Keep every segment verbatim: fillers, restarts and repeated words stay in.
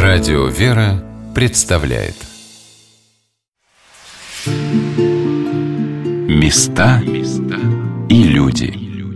Радио «Вера» представляет Места и люди.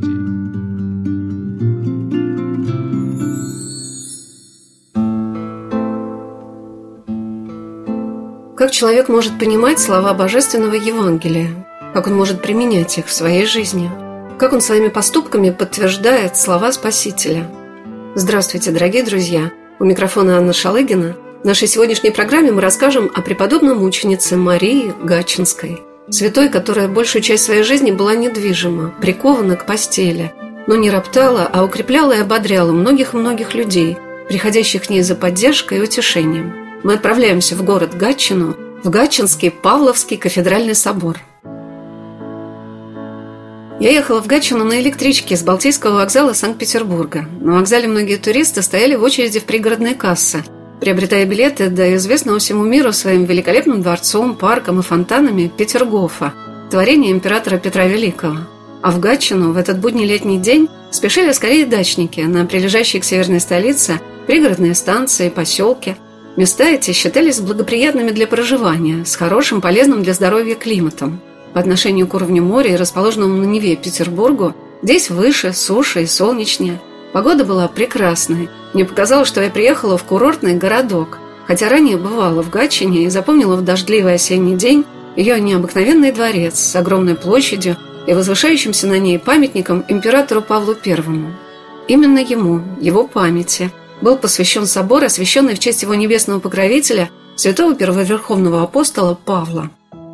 Как человек может понимать слова Божественного Евангелия? Как он может применять их в своей жизни? Как он своими поступками подтверждает слова Спасителя? Здравствуйте, дорогие друзья! У микрофона Анна Шалыгина. В нашей сегодняшней программе мы расскажем о преподобной мученице Марии Гатчинской, святой, которая большую часть своей жизни была недвижима, прикована к постели, но не роптала, а укрепляла и ободряла многих-многих людей, приходящих к ней за поддержкой и утешением. Мы отправляемся в город Гатчину, в Гатчинский Павловский кафедральный собор. Я ехала в Гатчину на электричке с Балтийского вокзала Санкт-Петербурга. На вокзале многие туристы стояли в очереди в пригородные кассы, приобретая билеты до известного всему миру своим великолепным дворцом, парком и фонтанами Петергофа, творения императора Петра Великого. А в Гатчину в этот будний летний день спешили скорее дачники на прилежащие к северной столице пригородные станции, поселки. Места эти считались благоприятными для проживания, с хорошим, полезным для здоровья климатом. По отношению к уровню моря и расположенному на Неве Петербургу, здесь выше, суше и солнечнее. Погода была прекрасной. Мне показалось, что я приехала в курортный городок, хотя ранее бывала в Гатчине и запомнила в дождливый осенний день ее необыкновенный дворец с огромной площадью и возвышающимся на ней памятником императору Павлу Первому. Именно ему, его памяти, был посвящен собор, освященный в честь его небесного покровителя, святого первоверховного апостола Павла.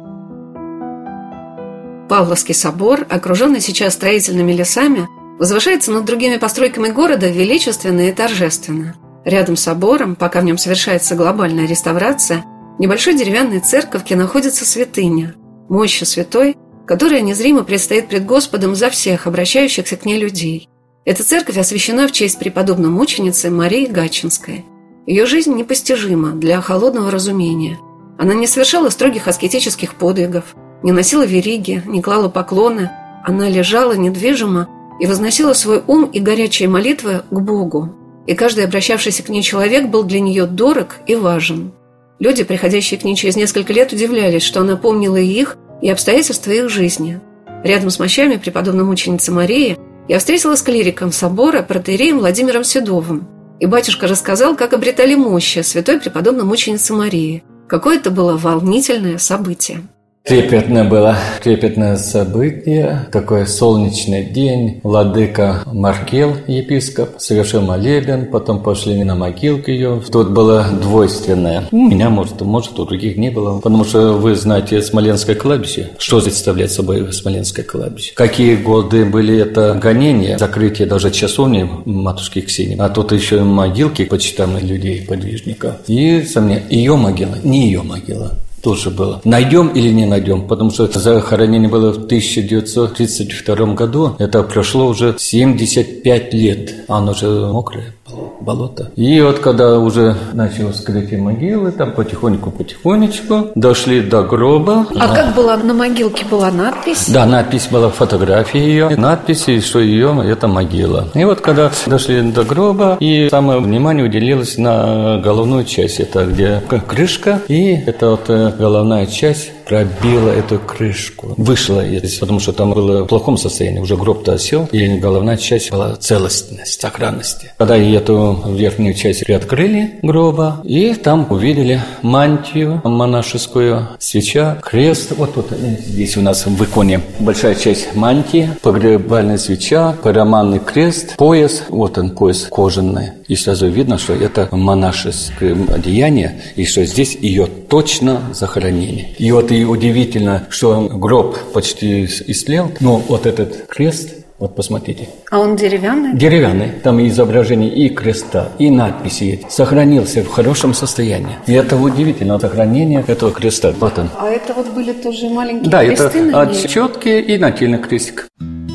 Павловский собор, окруженный сейчас строительными лесами, возвышается над другими постройками города величественно и торжественно. Рядом с собором, пока в нем совершается глобальная реставрация, в небольшой деревянной церковке находится святыня, мощи святой, которая незримо предстоит пред Господом за всех обращающихся к ней людей. Эта церковь освящена в честь преподобной мученицы Марии Гатчинской. Ее жизнь непостижима для холодного разумения. Она не совершала строгих аскетических подвигов, не носила вериги, не клала поклоны. Она лежала недвижимо и возносила свой ум и горячие молитвы к Богу. И каждый обращавшийся к ней человек был для нее дорог и важен. Люди, приходящие к ней через несколько лет, удивлялись, что она помнила и их, и обстоятельства их жизни. Рядом с мощами преподобной мученицы Марии я встретилась с клириком собора, протоиереем Владимиром Седовым. И батюшка рассказал, как обретали мощи святой преподобной мученицы Марии. Какое это было волнительное событие. Трепетное было, трепетное событие, такой солнечный день. Владыка Маркел, епископ, совершил молебен, потом пошли на могилку ее. Тут было двойственное. У меня, может, может, у других не было. Потому что вы знаете Смоленское кладбище. Что представляет собой Смоленское кладбище? Какие годы были это гонения, закрытие даже часовни матушки Ксении. А тут еще могилки почитаемых людей, подвижников. И сомнения, ее могила, не ее могила. Тоже было. Найдем или не найдем? Потому что захоронение было в тысяча девятьсот тридцать втором году. Это прошло уже семьдесят пять лет. Оно же мокрое, болото. И вот когда уже началось вскрытие могилы, там потихоньку-потихонечку дошли до гроба. А, а как была на могилке? Была надпись? Да, надпись была, фотография ее. Надпись, что ее это могила. И вот когда дошли до гроба, и самое внимание уделилось на головную часть. Это где крышка, и это вот головная часть пробила эту крышку. Вышла, потому что там было в плохом состоянии. Уже гроб-то осел, и головная часть была целостность, сохранности. Когда эту верхнюю часть приоткрыли гроба, и там увидели мантию монашескую, свеча, крест. Вот тут здесь у нас в иконе большая часть мантии, погребальная свеча, параманный крест, пояс. Вот он, пояс кожаный. И сразу видно, что это монашеское одеяние, и что здесь ее точно захоронение. И вот и удивительно, что гроб почти истлел, но вот этот крест, вот посмотрите. А он деревянный? Деревянный. Там изображение и креста, и надписи. Сохранился в хорошем состоянии. И это удивительно, сохранение этого креста. Вот он. А это вот были тоже маленькие да, кресты? Да, это отчетки и нательный крестик.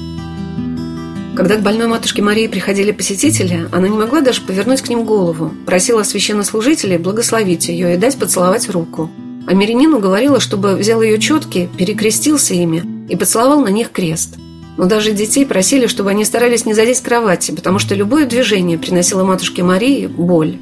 Когда к больной матушке Марии приходили посетители, она не могла даже повернуть к ним голову. Просила священнослужителей благословить ее и дать поцеловать руку. А мирянину говорила, чтобы взял ее четки, перекрестился ими и поцеловал на них крест. Но даже детей просили, чтобы они старались не задеть кровати, потому что любое движение приносило матушке Марии боль.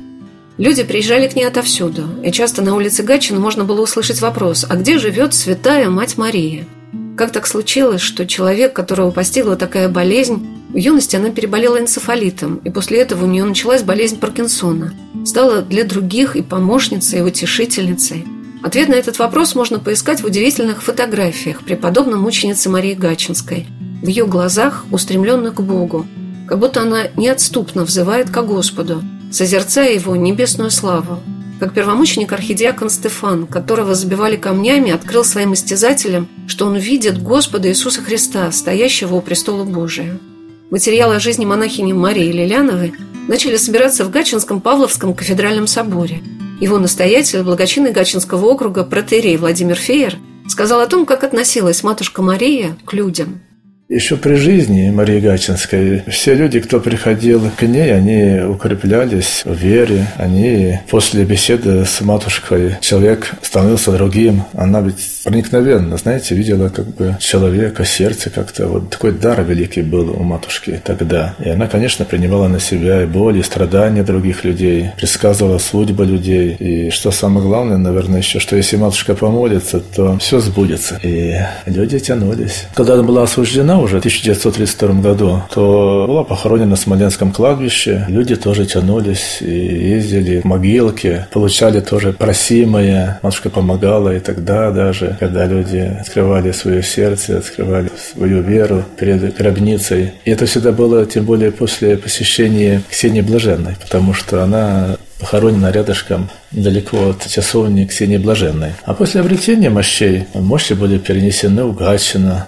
Люди приезжали к ней отовсюду, и часто на улице Гатчины можно было услышать вопрос: а где живет святая Мать Мария? Как так случилось, что человек, которого постигла такая болезнь, в юности она переболела энцефалитом, и после этого у нее началась болезнь Паркинсона, стала для других и помощницей, и утешительницей? Ответ на этот вопрос можно поискать в удивительных фотографиях преподобной мученицы Марии Гатчинской, в ее глазах, устремленных к Богу, как будто она неотступно взывает ко Господу, созерцая Его небесную славу. Как первомученик архидиакон Стефан, которого забивали камнями, открыл своим истязателям, что он видит Господа Иисуса Христа, стоящего у престола Божия. Материалы о жизни монахини Марии Лиляновой начали собираться в Гатчинском Павловском кафедральном соборе. Его настоятель, благочинный Гатчинского округа протоиерей Владимир Феер, сказал о том, как относилась матушка Мария к людям. Еще при жизни Марии Гатчинской все люди, кто приходил к ней, они укреплялись в вере. Они после беседы с матушкой, человек становился другим. Она ведь проникновенно, знаете, видела как бы человека, сердце как-то. Вот такой дар великий был у матушки тогда. И она, конечно, принимала на себя и боль, и страдания других людей, предсказывала судьбы людей. И что самое главное, наверное, еще, что если матушка помолится, то все сбудется. И люди тянулись. Когда она была осуждена уже в тысяча девятьсот тридцать втором году, то была похоронена на Смоленском кладбище. Люди тоже тянулись и ездили в могилки, получали тоже просимое. Матушка помогала и тогда даже, когда люди открывали свое сердце, открывали свою веру перед гробницей. И это всегда было, тем более после посещения Ксении Блаженной, потому что она похоронена рядышком, недалеко от часовни Ксении Блаженной. А после обретения мощей мощи были перенесены в Гатчину.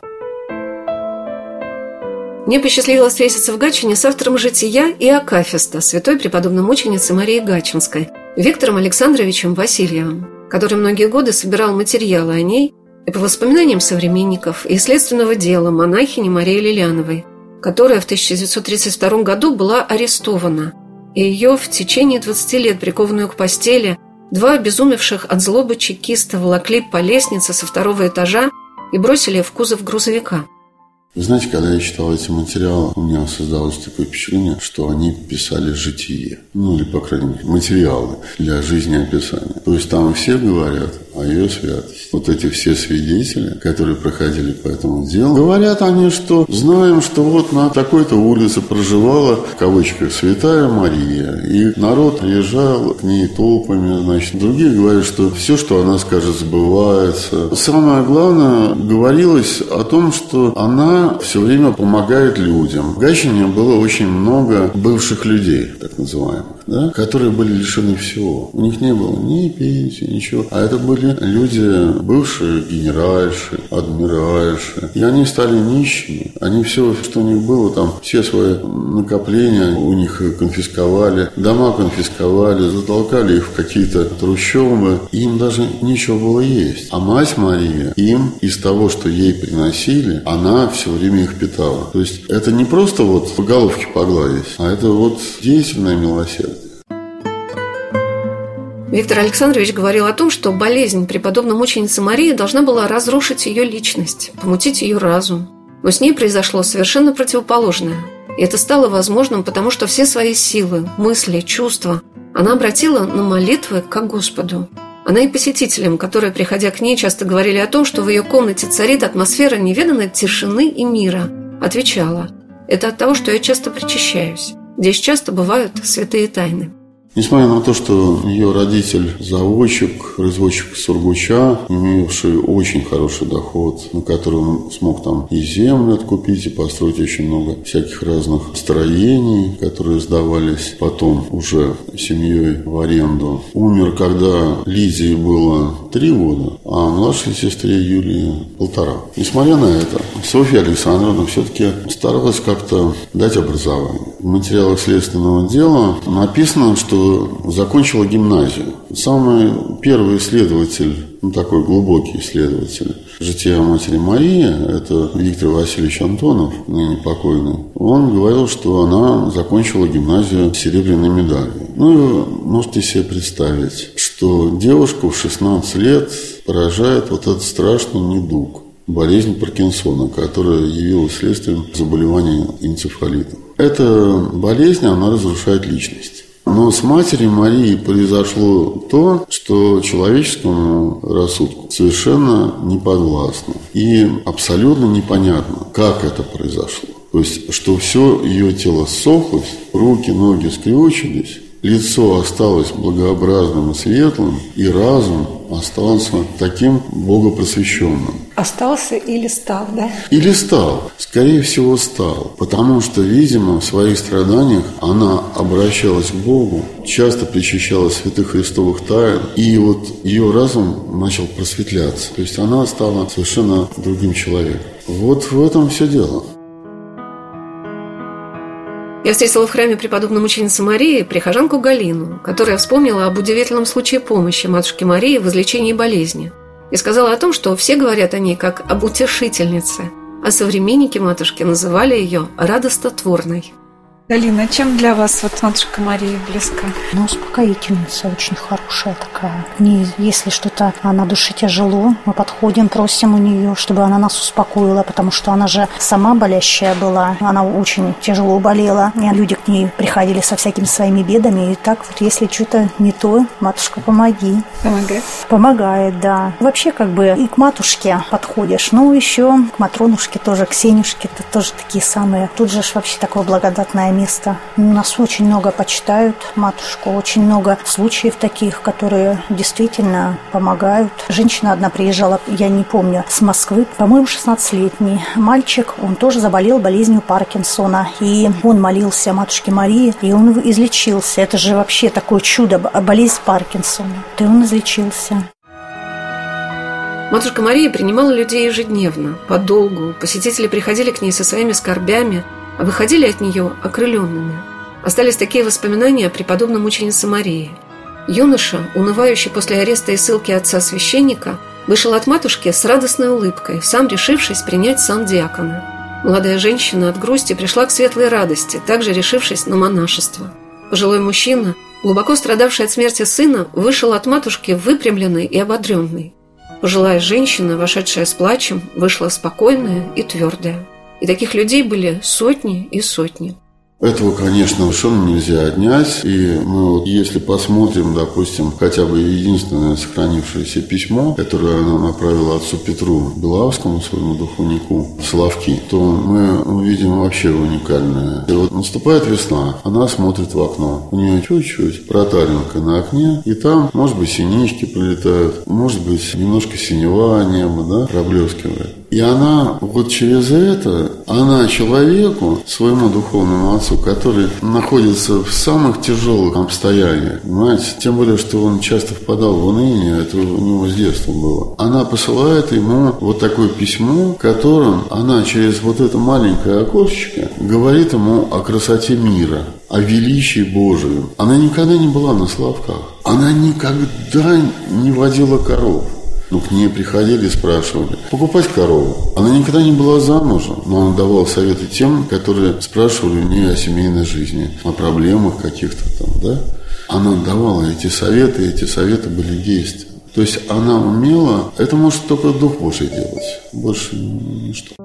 Мне посчастливилось встретиться в Гатчине с автором «Жития» и «Акафиста» святой преподобной мученицы Марии Гатчинской Виктором Александровичем Васильевым, который многие годы собирал материалы о ней и по воспоминаниям современников и следственного дела монахини Марии Лиляновой, которая в тысяча девятьсот тридцать втором году была арестована, и ее в течение двадцати лет, прикованную к постели, два обезумевших от злобы чекиста волокли по лестнице со второго этажа и бросили в кузов грузовика. Вы знаете, когда я читал эти материалы, у меня создалось такое впечатление, что они писали житие. Ну, или, по крайней мере, материалы для жизнеописания. То есть там все говорят о ее святости. Вот эти все свидетели, которые проходили по этому делу, говорят они, что знаем, что вот на такой-то улице проживала, в кавычках, святая Мария. И народ приезжал к ней толпами, значит. Другие говорят, что все, что она скажет, сбывается. Самое главное, говорилось о том, что она все время помогает людям. В Гатчине было очень много бывших людей, так называемых, да, которые были лишены всего. У них не было ни пенсии, ничего. А это были люди, бывшие генеральши, адмиральши. И они стали нищими. Они все, что у них было, там, все свои накопления у них конфисковали, дома конфисковали, затолкали их в какие-то трущобы. И им даже нечего было есть. А мать Мария им из того, что ей приносили, она все время их питала. То есть это не просто вот по головке погладить, а это вот деятельное милосердие. Виктор Александрович говорил о том, что болезнь преподобной мученицы Марии должна была разрушить ее личность, помутить ее разум. Но с ней произошло совершенно противоположное. И это стало возможным, потому что все свои силы, мысли, чувства она обратила на молитвы к Господу. Она и посетителям, которые, приходя к ней, часто говорили о том, что в ее комнате царит атмосфера неведанной тишины и мира, отвечала: «Это от того, что я часто причащаюсь. Здесь часто бывают святые тайны». Несмотря на то, что ее родитель заводчик, разводчик Сургуча, имевший очень хороший доход, на который он смог там и землю откупить, и построить очень много всяких разных строений, которые сдавались потом уже семьей в аренду. Умер, когда Лидии было три года, а младшей сестре Юлии полтора. Несмотря на это, Софья Александровна все-таки старалась как-то дать образование. В материалах следственного дела написано, что закончила гимназию. Самый первый исследователь, ну такой глубокий исследователь жития матери Марии, это Виктор Васильевич Антонов, ныне покойный, он говорил, что она закончила гимназию с серебряной медалью. Ну и вы можете себе представить, что девушку в шестнадцать лет поражает вот этот страшный недуг, болезнь Паркинсона, которая явилась следствием заболевания энцефалитом. Эта болезнь, она разрушает личность. Но с Матерью Марии произошло то, что человеческому рассудку совершенно не подвластно. И абсолютно непонятно, как это произошло. То есть, что все ее тело ссохлось, руки, ноги скрючились, лицо осталось благообразным и светлым, и разум остался таким богопросвещенным. Остался или стал, да? Или стал. Скорее всего, стал. Потому что, видимо, в своих страданиях она обращалась к Богу, часто причащала святых христовых тайн, и вот ее разум начал просветляться. То есть она стала совершенно другим человеком. Вот в этом все дело. Я встретила в храме преподобной мученицы Марии прихожанку Галину, которая вспомнила об удивительном случае помощи матушки Марии в излечении болезни и сказала о том, что все говорят о ней как об утешительнице, а современники матушки называли ее радостотворной. Галина, чем для вас вот матушка Мария близка? Ну, успокоительница очень хорошая такая. Не, если что-то на душе тяжело, мы подходим, просим у нее, чтобы она нас успокоила, потому что она же сама болящая была. Она очень тяжело болела. И люди к ней приходили со всякими своими бедами. И так вот, если что-то не то, матушка, помоги. Помогает? Помогает, да. Вообще, как бы и к матушке подходишь. Ну, еще к Матронушке тоже, к Сенюшке. Это тоже такие самые. Тут же вообще такое благодатное место. Нас очень много почитают матушку, очень много случаев таких, которые действительно помогают. Женщина одна приезжала, я не помню, с Москвы, по-моему, шестнадцатилетний мальчик, он тоже заболел болезнью Паркинсона, и он молился матушке Марии, и он излечился. Это же вообще такое чудо, болезнь Паркинсона. И он излечился. Матушка Мария принимала людей ежедневно, подолгу. Посетители приходили к ней со своими скорбями, а выходили от нее окрыленными. Остались такие воспоминания о преподобной мученице Марии. Юноша, унывающий после ареста и ссылки отца-священника, вышел от матушки с радостной улыбкой, сам решившись принять сан диакона. Молодая женщина от грусти пришла к светлой радости, также решившись на монашество. Пожилой мужчина, глубоко страдавший от смерти сына, вышел от матушки выпрямленный и ободренный. Пожилая женщина, вошедшая с плачем, вышла спокойная и твердая. И таких людей были сотни и сотни. Этого, конечно, совершенно нельзя отнять. И мы, вот, если посмотрим, допустим, хотя бы единственное сохранившееся письмо, которое она направила отцу Петру Белавскому, своему духовнику, Соловки, то мы увидим вообще уникальное. И вот наступает весна, она смотрит в окно. У нее чуть-чуть проталинка на окне, и там, может быть, синички прилетают, может быть, немножко синева небо, да, проблескивает. И она вот через это, она человеку, своему духовному отцу, который находится в самых тяжелых обстояниях, понимаете, тем более, что он часто впадал в уныние, это у него с детства было. Она посылает ему вот такое письмо, в котором она через вот это маленькое окошечко говорит ему о красоте мира, о величии Божьем. Она никогда не была на Соловках. Она никогда не водила коров. Ну, к ней приходили и спрашивали, покупать корову. Она никогда не была замужем, но она давала советы тем, которые спрашивали у нее о семейной жизни, о проблемах каких-то там, да. Она давала эти советы, и эти советы были действенны. То есть она умела, это может только Дух Божий делать, больше ничто.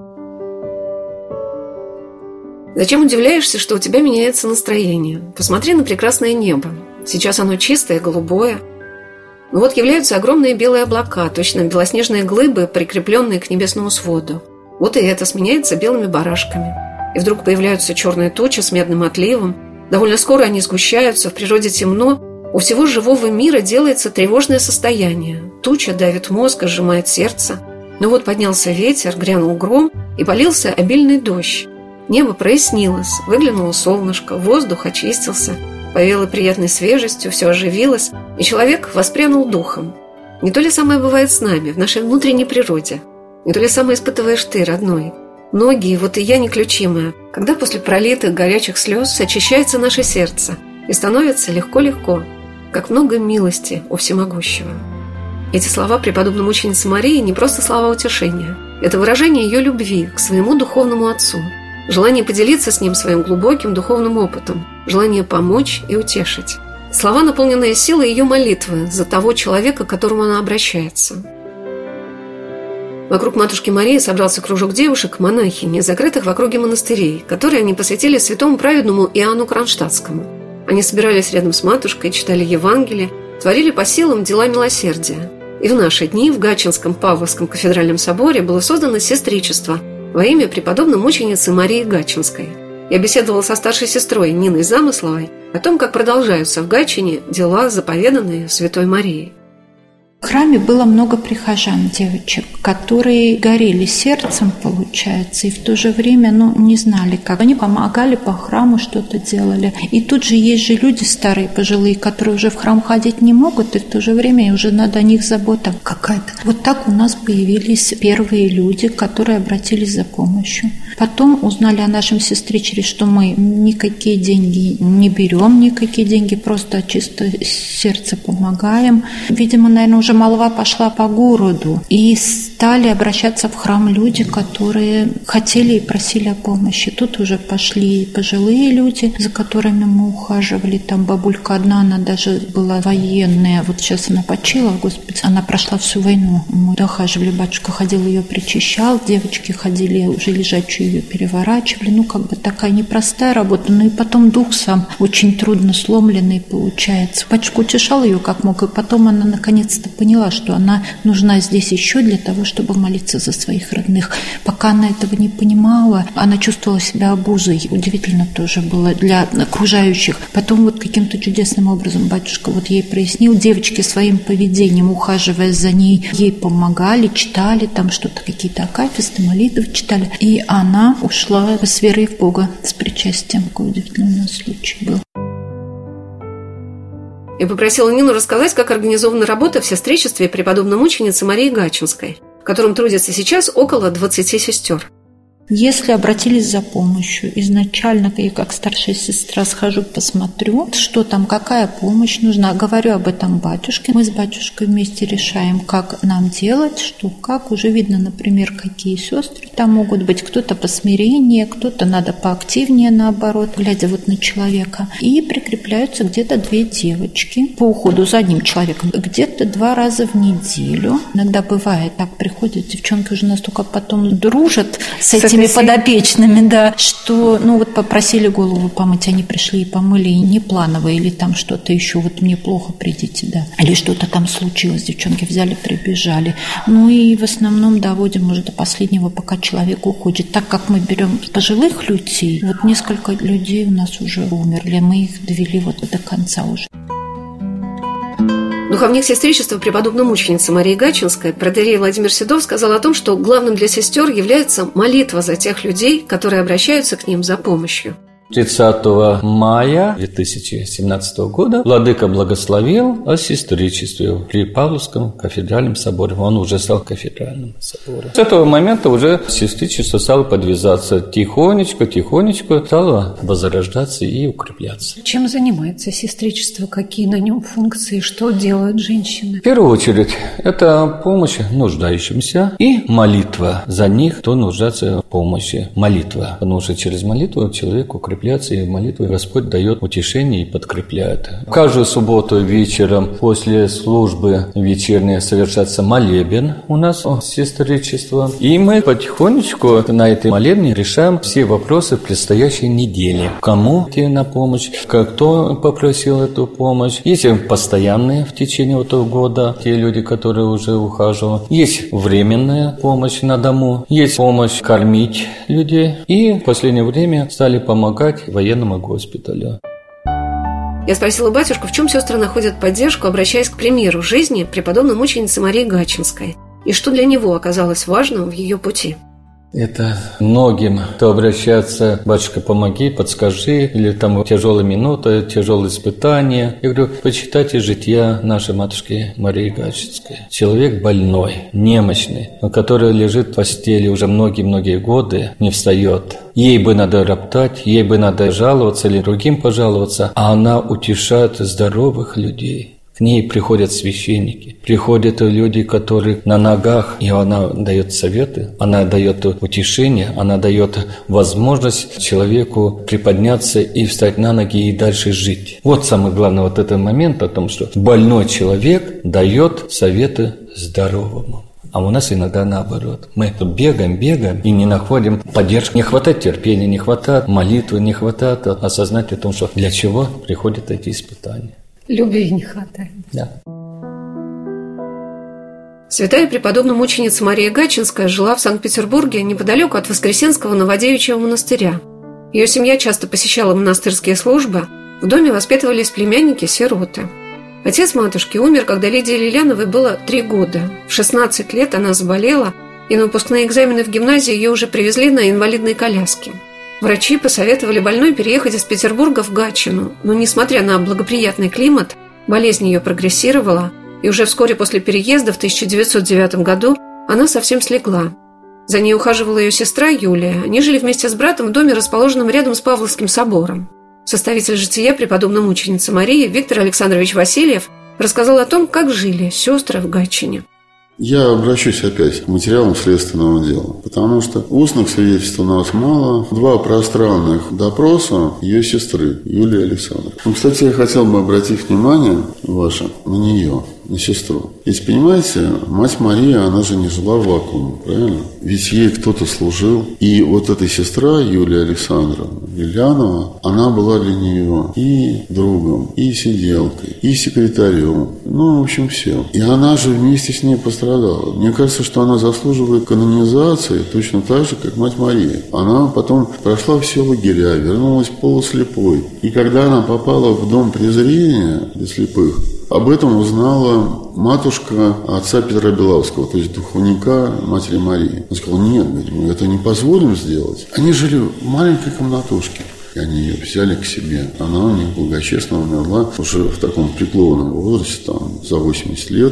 Зачем удивляешься, что у тебя меняется настроение? Посмотри на прекрасное небо. Сейчас оно чистое, голубое. Но вот являются огромные белые облака, точно белоснежные глыбы, прикрепленные к небесному своду. Вот и это сменяется белыми барашками. И вдруг появляются черные тучи с медным отливом. Довольно скоро они сгущаются, в природе темно. У всего живого мира делается тревожное состояние. Туча давит мозг, сжимает сердце. Но вот поднялся ветер, грянул гром и полился обильный дождь. Небо прояснилось, выглянуло солнышко, воздух очистился. Повеяло приятной свежестью, все оживилось, и человек воспрянул духом. Не то ли самое бывает с нами, в нашей внутренней природе? Не то ли самое испытываешь ты, родной? Многие, вот и я неключимая, когда после пролитых горячих слез очищается наше сердце и становится легко-легко, как много милости у всемогущего. Эти слова преподобной мученицы Марии не просто слова утешения. Это выражение ее любви к своему духовному отцу, желание поделиться с ним своим глубоким духовным опытом, желание помочь и утешить. Слова, наполненные силой ее молитвы за того человека, к которому она обращается. Вокруг матушки Марии собрался кружок девушек, монахинь, закрытых в округе монастырей, которые они посвятили святому праведному Иоанну Кронштадтскому. Они собирались рядом с матушкой, читали Евангелие, творили по силам дела милосердия. И в наши дни в Гатчинском Павловском кафедральном соборе было создано сестричество во имя преподобной мученицы Марии Гатчинской. Я беседовала со старшей сестрой Ниной Замысловой о том, как продолжаются в Гатчине дела, заповеданные Святой Марией. В храме было много прихожан, девочек, которые горели сердцем, получается, и в то же время, ну, не знали как. Они помогали по храму, что-то делали. И тут же есть же люди старые, пожилые, которые уже в храм ходить не могут, и в то же время уже надо о них забота какая-то. Вот так у нас появились первые люди, которые обратились за помощью. Потом узнали о нашем сестричестве, что мы никакие деньги не берем, никакие деньги, просто чисто сердце помогаем. Видимо, наверное, уже молва пошла по городу, и стали обращаться в храм люди, которые хотели и просили о помощи. Тут уже пошли пожилые люди, за которыми мы ухаживали. Там бабулька одна, она даже была военная, вот сейчас она почила, Господи, она прошла всю войну. Мы ухаживали, батюшка ходил, ее причащал, девочки ходили, уже лежачую ее переворачивали. Ну, как бы такая непростая работа, но и потом дух сам очень трудно сломленный получается. Батюшка утешал ее как мог, и потом она наконец-то поняла, что она нужна здесь еще для того, чтобы молиться за своих родных. Пока она этого не понимала, она чувствовала себя обузой. Удивительно тоже было для окружающих. Потом вот каким-то чудесным образом батюшка вот ей прояснил. Девочки своим поведением, ухаживая за ней, ей помогали, читали там что-то, какие-то акафисты, молитвы читали. И она ушла с верой в Бога, с причастием. Какой удивительный у нас случай был. Я попросила Нину рассказать, как организована работа в сестричестве преподобной мученицы Марии Гатчинской, в котором трудится сейчас около двадцати сестер. Если обратились за помощью, изначально я как старшая сестра схожу, посмотрю, что там, какая помощь нужна. Говорю об этом батюшке. Мы с батюшкой вместе решаем, как нам делать, что, как. Уже видно, например, какие сестры там могут быть. Кто-то посмирение, кто-то надо поактивнее, наоборот, глядя вот на человека. И прикрепляются где-то две девочки по уходу за одним человеком. Где-то два раза в неделю. Иногда бывает так, приходят девчонки уже настолько потом дружат с этим подопечными, да, что, ну вот попросили голову помыть, они пришли и помыли, и не планово, или там что-то еще, вот мне плохо, придите, да, или что-то там случилось, девчонки взяли, прибежали. Ну и в основном доводим уже до последнего, пока человек уходит. Так как мы берем пожилых людей, вот несколько людей у нас уже умерли, мы их довели вот до конца уже. Духовник сестричества преподобной мученицы Марии Гатчинской протоиерей Владимир Седов сказал о том, что главным для сестер является молитва за тех людей, которые обращаются к ним за помощью. тридцатого мая две тысячи семнадцатого года владыка благословил о сестричестве при Павловском кафедральном соборе. Он уже стал кафедральным собором. С этого момента уже сестричество стало подвязаться тихонечко, тихонечко, стало возрождаться и укрепляться. Чем занимается сестричество? Какие на нем функции? Что делают женщины? В первую очередь, это помощь нуждающимся и молитва за них, кто нуждается в помощи. Молитва. Потому что через молитву человек укрепляется. И молитвой Господь дает утешение и подкрепляет. Каждую субботу вечером после службы вечерней совершается молебен у нас сестричество. И мы потихонечку на этой молебне решаем все вопросы предстоящей недели. Кому идти на помощь, кто попросил эту помощь. Есть постоянные в течение этого года, те люди, которые уже ухаживают. Есть временная помощь на дому. Есть помощь кормить людей. И в последнее время стали помогать военному госпиталю. Я спросила батюшку, в чем сестры находят поддержку, обращаясь к примеру жизни преподобной мученицы Марии Гатчинской, и что для него оказалось важным в ее пути. Это многим, кто обращается: батюшка, помоги, подскажи, или там тяжелая минута, тяжелые испытания. Я говорю, почитайте жития нашей матушки Марии Гатчинской. Человек больной, немощный, который лежит в постели уже многие-многие годы, не встает. Ей бы надо роптать, ей бы надо жаловаться или другим пожаловаться, а она утешает здоровых людей. К ней приходят священники, приходят люди, которые на ногах, и она дает советы, она дает утешение, она дает возможность человеку приподняться и встать на ноги и дальше жить. Вот самый главный вот этот момент о том, что больной человек дает советы здоровому. А у нас иногда наоборот. Мы бегаем, бегаем и не находим поддержки. Не хватает терпения, не хватает молитвы, не хватает осознать о том, что для чего приходят эти испытания. Любви не хватает. Да. Святая преподобная мученица Мария Гатчинская жила в Санкт-Петербурге неподалеку от Воскресенского Новодевичьего монастыря. Ее семья часто посещала монастырские службы, в доме воспитывались племянники-сироты. Отец матушки умер, когда Лидии Лиляновой было три года. В шестнадцать лет она заболела, и на выпускные экзамены в гимназии ее уже привезли на инвалидной коляске. Врачи посоветовали больной переехать из Петербурга в Гатчину, но, несмотря на благоприятный климат, болезнь ее прогрессировала, и уже вскоре после переезда в тысяча девятьсот девятом году она совсем слегла. За ней ухаживала ее сестра Юлия. Они жили вместе с братом в доме, расположенном рядом с Павловским собором. Составитель жития преподобной мученицы Марии Виктор Александрович Васильев рассказал о том, как жили сестры в Гатчине. Я обращусь опять к материалам следственного дела, потому что устных свидетельств у нас мало. Два пространных допроса ее сестры, Юлии Александровны. Ну, кстати, я хотел бы обратить внимание ваше на нее, на сестру. Ведь, понимаете, мать Мария, она же не жила в вакууме, правильно? Ведь ей кто-то служил. И вот эта сестра, Юлия Александровна Лилянова, она была для нее и другом, и сиделкой, и секретарем. Ну, в общем, все. И она же вместе с ней пострадала. Мне кажется, что она заслуживает канонизации точно так же, как мать Мария. Она потом прошла все лагеря, вернулась полуслепой. И когда она попала в дом презрения для слепых, об этом узнала матушка отца Петра Белавского, то есть духовника матери Марии. Она сказала: нет, мы это не позволим сделать. Они жили в маленькой комнатушке. И они ее взяли к себе. Она у них благочестно умерла уже в таком преклонном возрасте, там, за восемьдесят лет.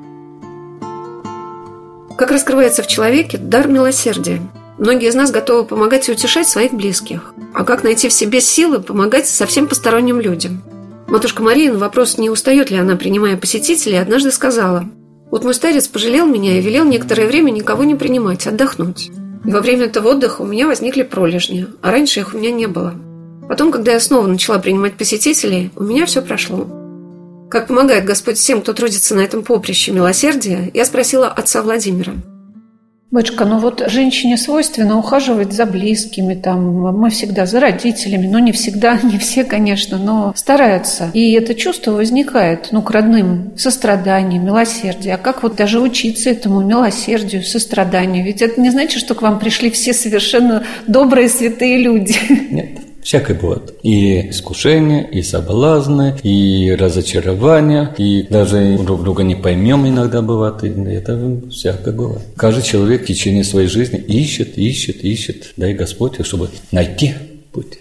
Как раскрывается в человеке дар милосердия? Многие из нас готовы помогать и утешать своих близких. А как найти в себе силы помогать совсем посторонним людям? Матушка Мария на вопрос, не устает ли она, принимая посетителей, однажды сказала: «Вот мой старец пожалел меня и велел некоторое время никого не принимать, отдохнуть. И во время этого отдыха у меня возникли пролежни, а раньше их у меня не было. Потом, когда я снова начала принимать посетителей, у меня все прошло». Как помогает Господь всем, кто трудится на этом поприще милосердия, я спросила отца Владимира. Батюшка, ну вот женщине свойственно ухаживать за близкими, там, мы всегда за родителями, но не всегда, не все, конечно, но стараются. И это чувство возникает, ну, к родным, сострадание, милосердие. А как вот даже учиться этому милосердию, состраданию? Ведь это не значит, что к вам пришли все совершенно добрые, святые люди. Нет. Всякое бывает. И искушения, и соблазны, и разочарования, и даже друг друга не поймем иногда бывает. И это всякое бывает. Каждый человек в течение своей жизни ищет, ищет, ищет. Дай Господь, чтобы найти путь.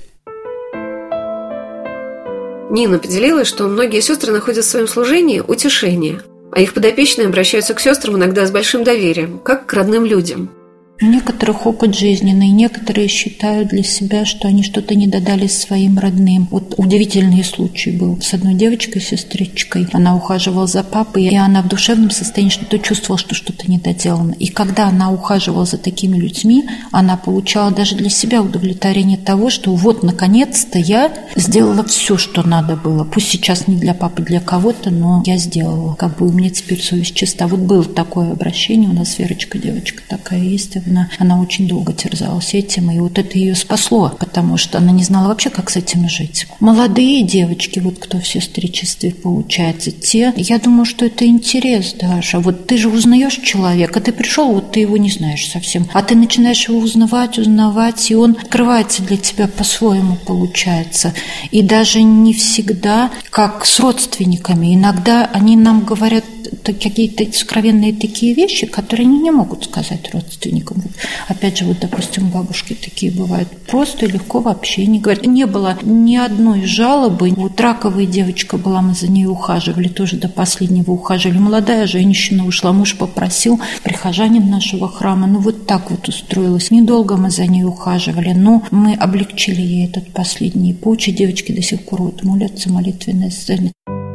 Нина поделилась, что многие сестры находят в своем служении утешение, а их подопечные обращаются к сестрам иногда с большим доверием, как к родным людям. У некоторых опыт жизненный, некоторые считают для себя, что они что-то не додали своим родным. Вот удивительный случай был с одной девочкой-сестричкой. Она ухаживала за папой, и она в душевном состоянии что-то чувствовала, что что-то недоделано. И когда она ухаживала за такими людьми, она получала даже для себя удовлетворение того, что вот, наконец-то я сделала все, что надо было. Пусть сейчас не для папы, для кого-то, но я сделала. Как бы у меня теперь совесть чиста. Вот было такое обращение, у нас Верочка, девочка такая есть. Она, она очень долго терзалась этим, и вот это ее спасло, потому что она не знала вообще, как с этим жить. Молодые девочки, вот кто в сестричестве получается, те, я думаю, что это интерес, Даша. Вот ты же узнаешь человека, ты пришел, вот ты его не знаешь совсем, а ты начинаешь его узнавать, узнавать, и он открывается для тебя по-своему, получается. И даже не всегда как с родственниками. Иногда они нам говорят какие-то сокровенные такие вещи, которые они не могут сказать родственникам. Вот, опять же, вот, допустим, бабушки такие бывают. Просто и легко вообще не говорят. Не было ни одной жалобы. Вот раковая девочка была, мы за ней ухаживали, тоже до последнего ухаживали. Молодая женщина ушла, муж попросил, прихожанин нашего храма. Ну, вот так вот устроилось. Недолго мы за ней ухаживали, но мы облегчили ей этот последний путь. И девочки до сих пор вот молятся, молитвенные сцены.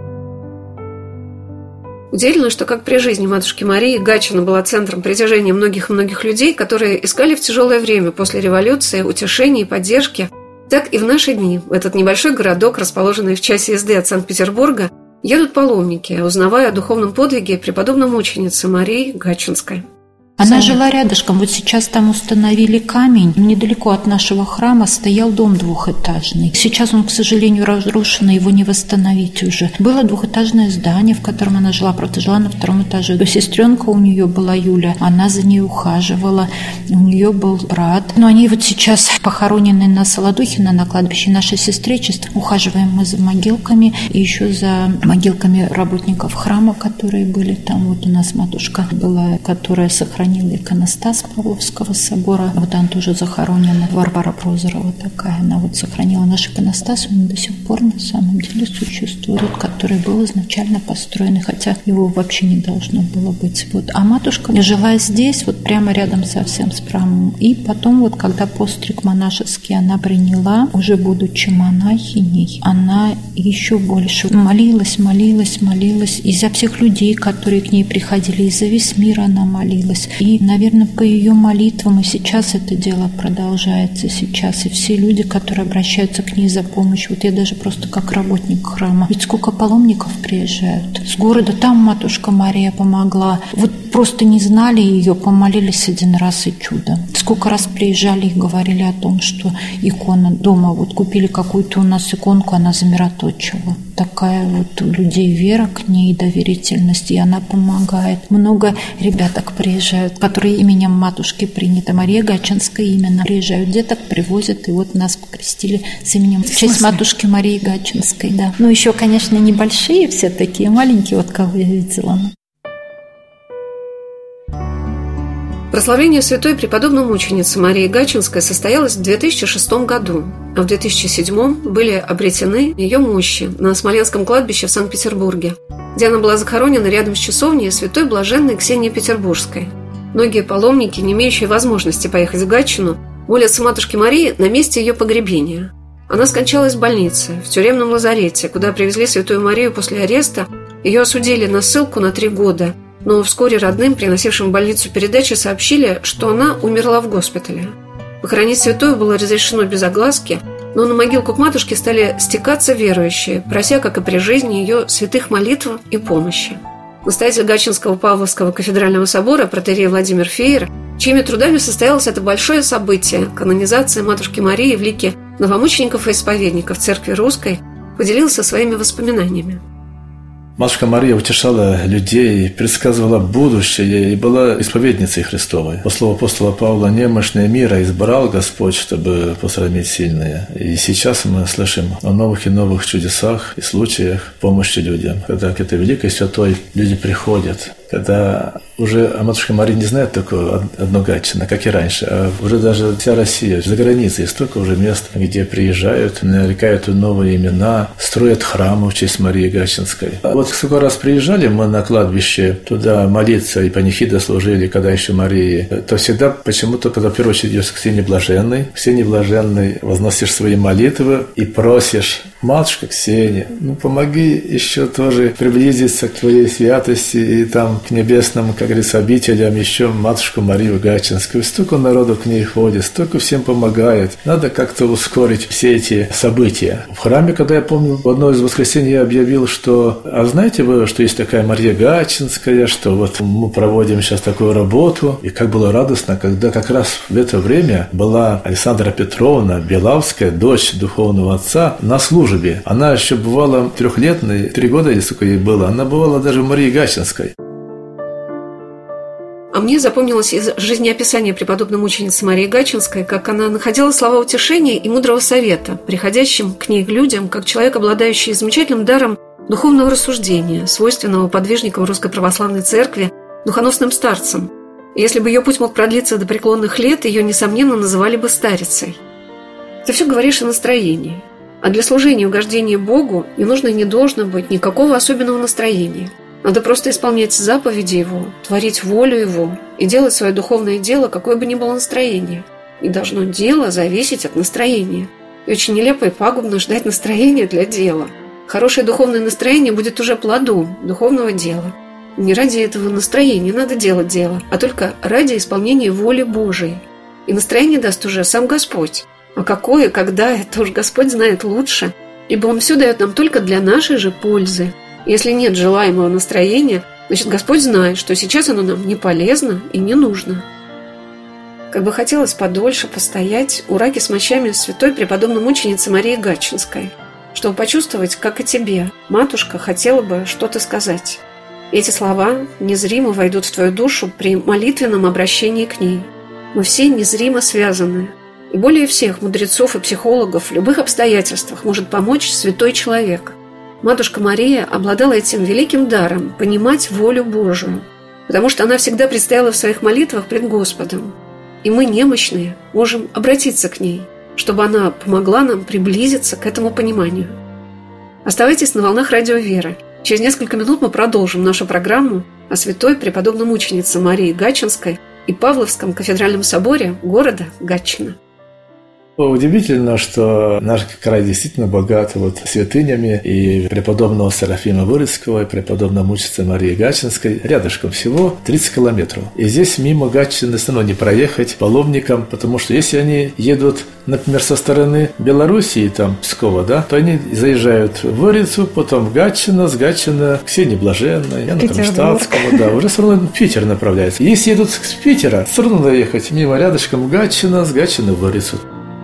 Удивительно, что как при жизни матушки Марии Гатчина была центром притяжения многих-многих людей, которые искали в тяжелое время после революции утешения и поддержки, так и в наши дни в этот небольшой городок, расположенный в часе езды от Санкт-Петербурга, едут паломники, узнавая о духовном подвиге преподобной мученицы Марии Гатчинской. Она Сами. жила рядышком. Вот сейчас там установили камень. Недалеко от нашего храма стоял дом двухэтажный. Сейчас он, к сожалению, разрушен, его не восстановить уже. Было двухэтажное здание, в котором она жила. Правда, жила на втором этаже. Сестренка у нее была, Юля. Она за ней ухаживала. У нее был брат. Но они вот сейчас похоронены на Солодухино, на кладбище нашей сестричества. Ухаживаем мы за могилками. И еще за могилками работников храма, которые были там. Вот у нас матушка была, которая сохранила иконостас Павловского собора. Вот она тоже захоронена. Варвара Прозорова такая. Она вот сохранила наш иконостас. Он до сих пор на самом деле существует, который был изначально построен, хотя его вообще не должно было быть. Вот. А матушка жила здесь, вот прямо рядом совсем с храмом. И потом, вот когда постриг монашеский она приняла, уже будучи монахиней, она еще больше молилась, молилась, молилась. И за всех людей, которые к ней приходили, и за весь мир она молилась. И, наверное, по ее молитвам и сейчас это дело продолжается сейчас. И все люди, которые обращаются к ней за помощью, вот я даже просто как работник храма, ведь сколько паломников приезжают с города, там матушка Мария помогла. Вот просто не знали ее, помолились один раз и чудо. Сколько раз приезжали и говорили о том, что икона дома, вот купили какую-то у нас иконку, она замироточила. Такая вот у людей вера к ней, доверительность, и она помогает. Много ребяток приезжают, которые именем матушки принято. Мария Гатчинская именно. Приезжают деток, привозят, и вот нас покрестили с именем в честь матушки Марии Гатчинской, да. Ну, еще, конечно, небольшие все такие, маленькие, вот кого я видела. Прославление святой преподобной мученицы Марии Гатчинской состоялось в две тысячи шестом году, а в две тысячи седьмом были обретены ее мощи на Смоленском кладбище в Санкт-Петербурге, где она была захоронена рядом с часовней святой блаженной Ксении Петербургской. Многие паломники, не имеющие возможности поехать в Гатчину, молятся матушке Марии на месте ее погребения. Она скончалась в больнице, в тюремном лазарете, куда привезли святую Марию после ареста. Ее осудили на ссылку на три года, но вскоре родным, приносившим в больницу передачи, сообщили, что она умерла в госпитале. Похоронить святую было разрешено без огласки, но на могилку к матушке стали стекаться верующие, прося, как и при жизни, ее святых молитв и помощи. Настоятель Гатчинского Павловского кафедрального собора протоиерей Владимир Феер, чьими трудами состоялось это большое событие – канонизация матушки Марии в лике новомучеников и исповедников Церкви Русской, поделился своими воспоминаниями. Матушка Мария утешала людей, предсказывала будущее и была исповедницей Христовой. По слову апостола Павла, немощные мира избрал Господь, чтобы посрамить сильные. И сейчас мы слышим о новых и новых чудесах и случаях помощи людям. Когда к этой великой святой люди приходят, когда уже о матушке Марии не знают только одно Гатчина, как и раньше, а уже даже вся Россия, за границей, столько уже мест, где приезжают, нарекают новые имена, строят храмы в честь Марии Гатчинской. А вот сколько раз приезжали мы на кладбище туда молиться и панихиды служили, когда еще Марии, то всегда почему-то, когда в первую очередь идешь к Ксении Блаженной, Ксении Блаженной возносишь свои молитвы и просишь: матушка Ксения, ну помоги еще тоже приблизиться к твоей святости и там к небесным, как говорится, обителям еще матушку Марию Гатчинскую. Столько народу к ней ходит, столько всем помогает. Надо как-то ускорить все эти события. В храме, когда я помню, в одно из воскресений я объявил, что, а знаете вы, что есть такая Мария Гатчинская, что вот мы проводим сейчас такую работу. И как было радостно, когда как раз в это время была Александра Петровна Белавская, дочь духовного отца, на службе. Она еще бывала трехлетной, три года, или сколько ей было, она бывала даже в Марии Гатчинской. А мне запомнилось из жизнеописания преподобной мученицы Марии Гатчинской, как она находила слова утешения и мудрого совета, приходящим к ней к людям, как человек, обладающий замечательным даром духовного рассуждения, свойственного подвижникам Русской Православной Церкви, духоносным старцам. И если бы ее путь мог продлиться до преклонных лет, ее, несомненно, называли бы старицей. Ты все говоришь о настроении. А для служения и угождения Богу не нужно и не должно быть никакого особенного настроения. Надо просто исполнять заповеди Его, творить волю Его и делать свое духовное дело, какое бы ни было настроение. И должно дело зависеть от настроения. И очень нелепо и пагубно ждать настроения для дела. Хорошее духовное настроение будет уже плодом духовного дела. Не ради этого настроения надо делать дело, а только ради исполнения воли Божией. И настроение даст уже сам Господь. А какое, когда, это уж Господь знает лучше, ибо Он все дает нам только для нашей же пользы. Если нет желаемого настроения, Значит, Господь знает, что сейчас оно нам не полезно и не нужно. Как бы хотелось подольше постоять у раки с мощами святой преподобной мученицы Марии Гатчинской, чтобы почувствовать, как и тебе, матушка, хотела бы что-то сказать. И эти слова незримо войдут в твою душу при молитвенном обращении к ней. Мы все незримо связаны. И более всех мудрецов и психологов в любых обстоятельствах может помочь святой человек. Матушка Мария обладала этим великим даром понимать волю Божию, потому что она всегда предстояла в своих молитвах пред Господом. И мы, немощные, можем обратиться к ней, чтобы она помогла нам приблизиться к этому пониманию. Оставайтесь на волнах радио «Вера». Через несколько минут мы продолжим нашу программу о святой преподобной мученице Марии Гатчинской и Павловском кафедральном соборе города Гатчина. Удивительно, что наш край действительно богат вот святынями, и преподобного Серафима Вырицкого, и преподобной мученицы Марии Гатчинской рядышком всего тридцать километров. И здесь мимо Гатчины все равно не проехать паломникам, потому что если они едут, например, со стороны Белоруссии, там, Пскова, да, то они заезжают в Вырицу, потом в Гатчина, с Гатчина к Ксении Блаженной, Яну Кронштадтскому, да, уже все равно в Питер направляются. Если едут с Питера, все равно надо ехать мимо рядышком Гатчина, с Гатчины в Вырицу.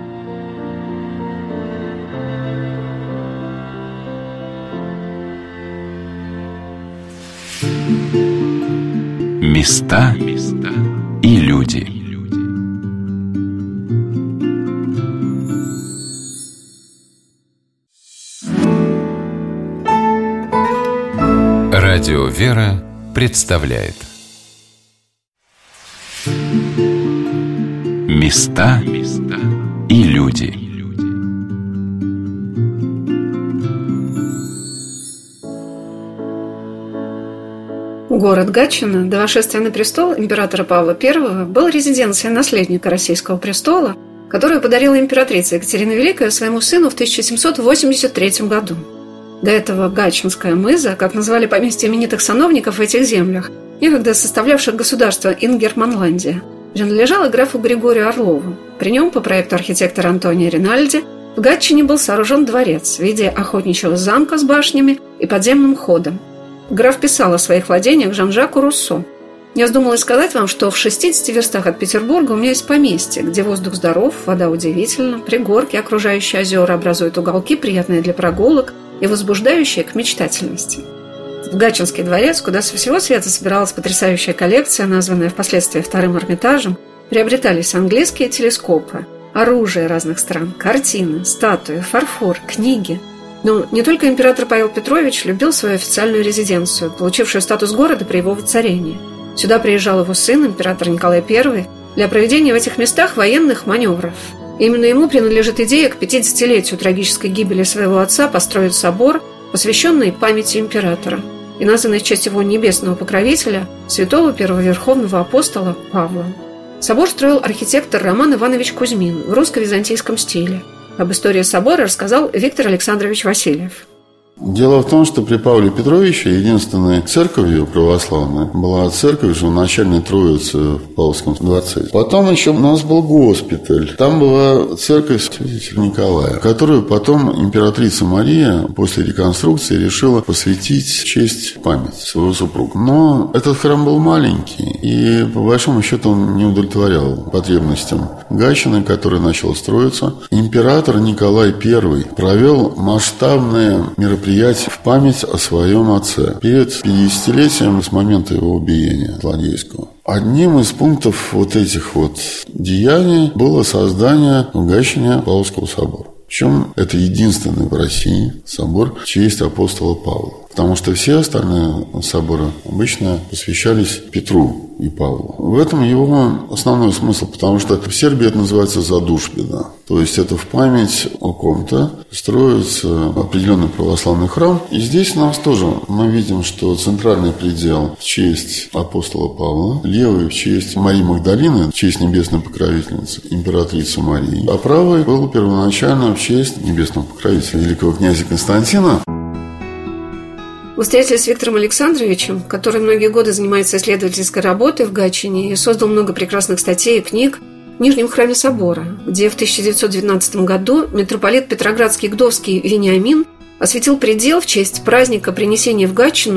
Места и люди. Радио «Вера» представляет Места и люди. Город Гатчина до восшествия на престол императора Павла Первого был резиденцией наследника российского престола, которую подарила императрица Екатерина Великая своему сыну в тысяча семьсот восемьдесят третьем году. До этого Гатчинская мыза, как назвали поместье именитых сановников в этих землях, некогда составлявших государство Ингерманландия, принадлежала графу Григорию Орлову. При нем, по проекту архитектора Антония Ринальди, в Гатчине был сооружен дворец в виде охотничьего замка с башнями и подземным ходом. Граф писал о своих владениях Жан-Жаку Руссо. Я вздумалась сказать вам, что в шестидесяти верстах от Петербурга у меня есть поместье, где воздух здоров, вода удивительна, пригорки, окружающие озера, образуют уголки, приятные для прогулок и возбуждающие к мечтательности. В Гатчинский дворец, куда со всего света собиралась потрясающая коллекция, названная впоследствии Вторым Эрмитажем, приобретались английские телескопы, оружие разных стран, картины, статуи, фарфор, книги. Но не только император Павел Петрович любил свою официальную резиденцию, получившую статус города при его воцарении. Сюда приезжал его сын, император Николай Первый, для проведения в этих местах военных маневров. И именно ему принадлежит идея к пятидесятилетию трагической гибели своего отца построить собор, посвященный памяти императора, и названный в честь его небесного покровителя, святого первоверховного апостола Павла. Собор строил архитектор Роман Иванович Кузьмин в русско-византийском стиле. Об истории собора рассказал Виктор Александрович Васильев. Дело в том, что при Павле Петровиче единственной церковью православной была церковь живоначальной Троицы в Павловском дворце. Потом еще у нас был госпиталь. Там была церковь святителя Николая, которую потом императрица Мария после реконструкции решила посвятить в честь памяти своего супруга. Но этот храм был маленький, и по большому счету он не удовлетворял потребностям Гатчины, которая начала строиться. Император Николай Первый провел масштабные мероприятия в память о своем отце перед пятидесятилетием с момента его убиения злодейского. Одним из пунктов вот этих вот деяний было создание в Гатчине Павловского собора. Причем это единственный в России собор в честь апостола Павла. Потому что все остальные соборы обычно посвящались Петру и Павлу. В этом его основной смысл, потому что в Сербии это называется задушбина. То есть это в память о ком-то строится определенный православный храм. И здесь у нас тоже мы видим, что центральный предел в честь апостола Павла, левый в честь Марии Магдалины, в честь небесной покровительницы, императрицы Марии, а правый был первоначально в честь небесного покровителя великого князя Константина. Мы встретились с Виктором Александровичем, который многие годы занимается исследовательской работой в Гатчине и создал много прекрасных статей и книг в Нижнем храме собора, где в тысяча девятьсот двенадцатом году митрополит Петроградский Гдовский Вениамин осветил предел в честь праздника принесения в Гатчину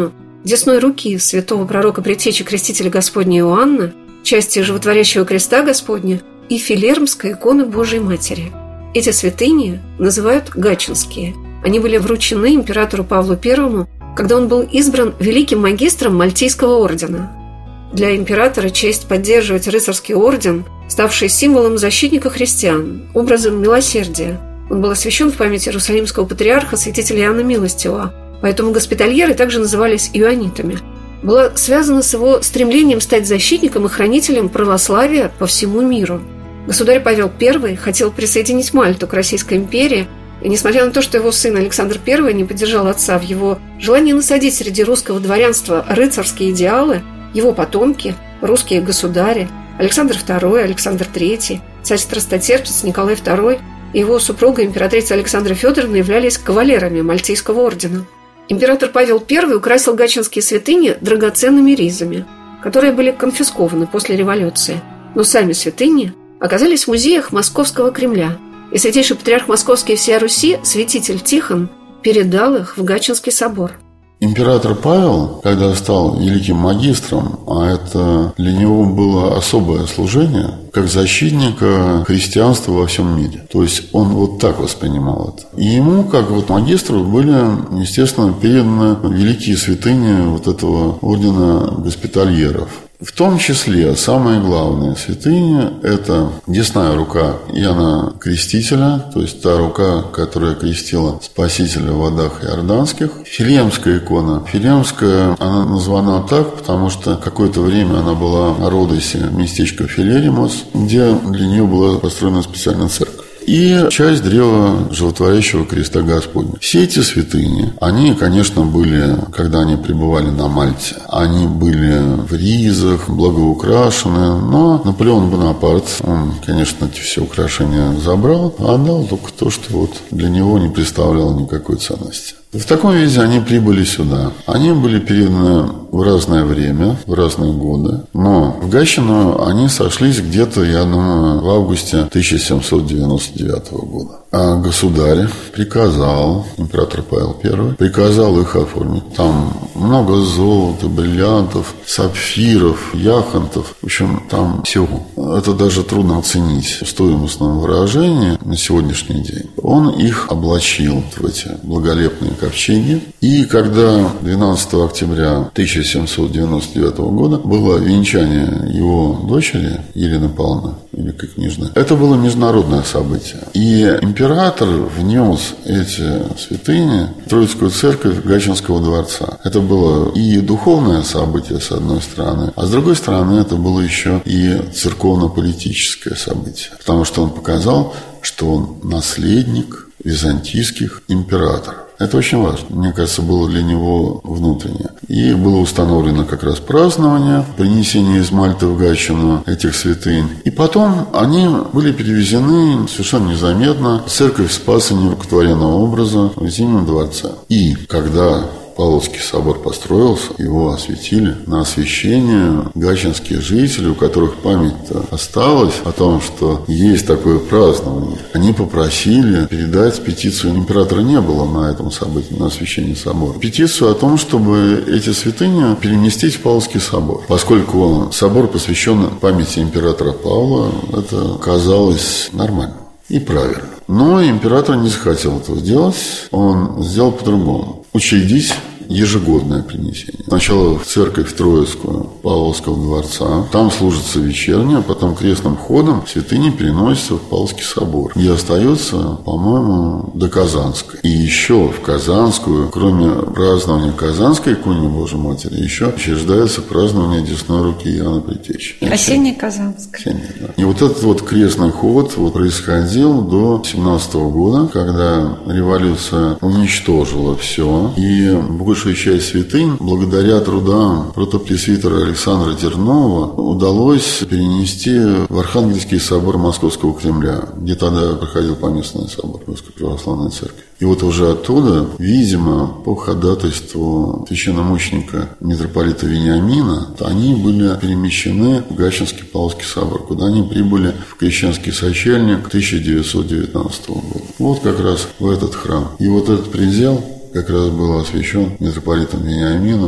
десной руки святого пророка предтечи крестителя Господня Иоанна, части животворящего креста Господня и филермской иконы Божией Матери. Эти святыни называют гатчинские. Они были вручены императору Павлу Первому, когда он был избран великим магистром Мальтийского ордена. Для императора честь поддерживать рыцарский орден, ставший символом защитника христиан, образом милосердия. Он был освящен в память Иерусалимского патриарха святителя Иоанна Милостивого, поэтому госпитальеры также назывались иоаннитами. Была связана с его стремлением стать защитником и хранителем православия по всему миру. Государь Павел Первый хотел присоединить Мальту к Российской империи, и несмотря на то, что его сын Александр Первый не поддержал отца в его желании насадить среди русского дворянства рыцарские идеалы, его потомки, русские государи, Александр Второй, Александр Третий, царь-страстотерпец Николай Второй и его супруга императрица Александра Федоровна являлись кавалерами Мальтийского ордена. Император Павел Первый украсил гатчинские святыни драгоценными ризами, которые были конфискованы после революции, но сами святыни оказались в музеях Московского Кремля, и святейший патриарх Московский и всея Руси, святитель Тихон, передал их в Гатчинский собор. Император Павел, когда стал великим магистром, а это для него было особое служение, как защитника христианства во всем мире. То есть он вот так воспринимал это. И ему, как вот магистру, были, естественно, переданы великие святыни вот этого ордена госпитальеров. В том числе самые главные святыни – это десная рука Иоанна Крестителя, то есть та рука, которая крестила Спасителя в водах иорданских. Филемская икона. Филемская, она названа так, потому что какое-то время она была на Родосе, местечко Филеримос, где для нее была построена специальная церковь. И часть древа животворящего креста Господня. Все эти святыни, они, конечно, были, когда они пребывали на Мальте, они были в ризах, благоукрашены, но Наполеон Бонапарт, он, конечно, эти все украшения забрал, а отдал только то, что вот для него не представляло никакой ценности. В таком виде они прибыли сюда. Они были переданы в разное время, в разные годы. Но в Гатчину они сошлись где-то, я думаю, в августе тысяча семьсот девяносто девятого года. А государь приказал, император Павел Первый, приказал их оформить. Там много золота, бриллиантов, сапфиров, яхонтов. В общем, там всего. Это даже трудно оценить в стоимостном выражении на сегодняшний день. Он их облачил в эти благолепные ковчеги. И когда двенадцатого октября тысяча семьсот девяносто девятого года было венчание его дочери Елены Павловны, великой княжны, это было международное событие. И император внес эти святыни в Троицкую церковь Гатчинского дворца. Это было и духовное событие, с одной стороны, а с другой стороны, это было еще и церковно-политическое событие. Потому что он показал, что он наследник византийских императоров. Это очень важно. Мне кажется, было для него внутреннее. И было установлено как раз празднование принесения из Мальты в Гатчину этих святынь. И потом они были перевезены совершенно незаметно в церковь Спаса Нерукотворенного образа в Зимнем дворце. И когда Павловский собор построился, его осветили. На освящение гатчинские жители, у которых память-то осталась о том, что есть такое празднование, они попросили передать петицию. Императора не было на этом событии, на освящении собора. Петицию о том, чтобы эти святыни переместить в Павловский собор. Поскольку собор посвящен памяти императора Павла, это казалось нормально и правильно. Но император не захотел этого сделать, он сделал по-другому. Учредить ежегодное принесение. Сначала в церковь Троицкую Павловского дворца, там служится вечерняя, потом крестным ходом святыни переносятся в Павловский собор, где остается, по-моему, до Казанской. И еще в Казанскую, кроме празднования Казанской иконы Божией Матери, еще учреждается празднование десной руки Иоанна Предтечи. Осенняя Казанская. Осенняя, да. И вот этот вот крестный ход вот происходил до семнадцатого года, когда революция уничтожила все, и большую часть святынь, благодаря трудам протопресвитера Александра Тернова, удалось перенести в Архангельский собор Московского Кремля, где тогда проходил поместный собор Русской Православной Церкви. И вот уже оттуда, видимо, по ходатайству священномученика митрополита Вениамина, они были перемещены в Гатчинский Павловский собор, куда они прибыли в Крещенский сочельник тысяча девятьсот девятнадцатого года. Вот как раз в этот храм. И вот этот предел как раз был освящен митрополитом Вениамином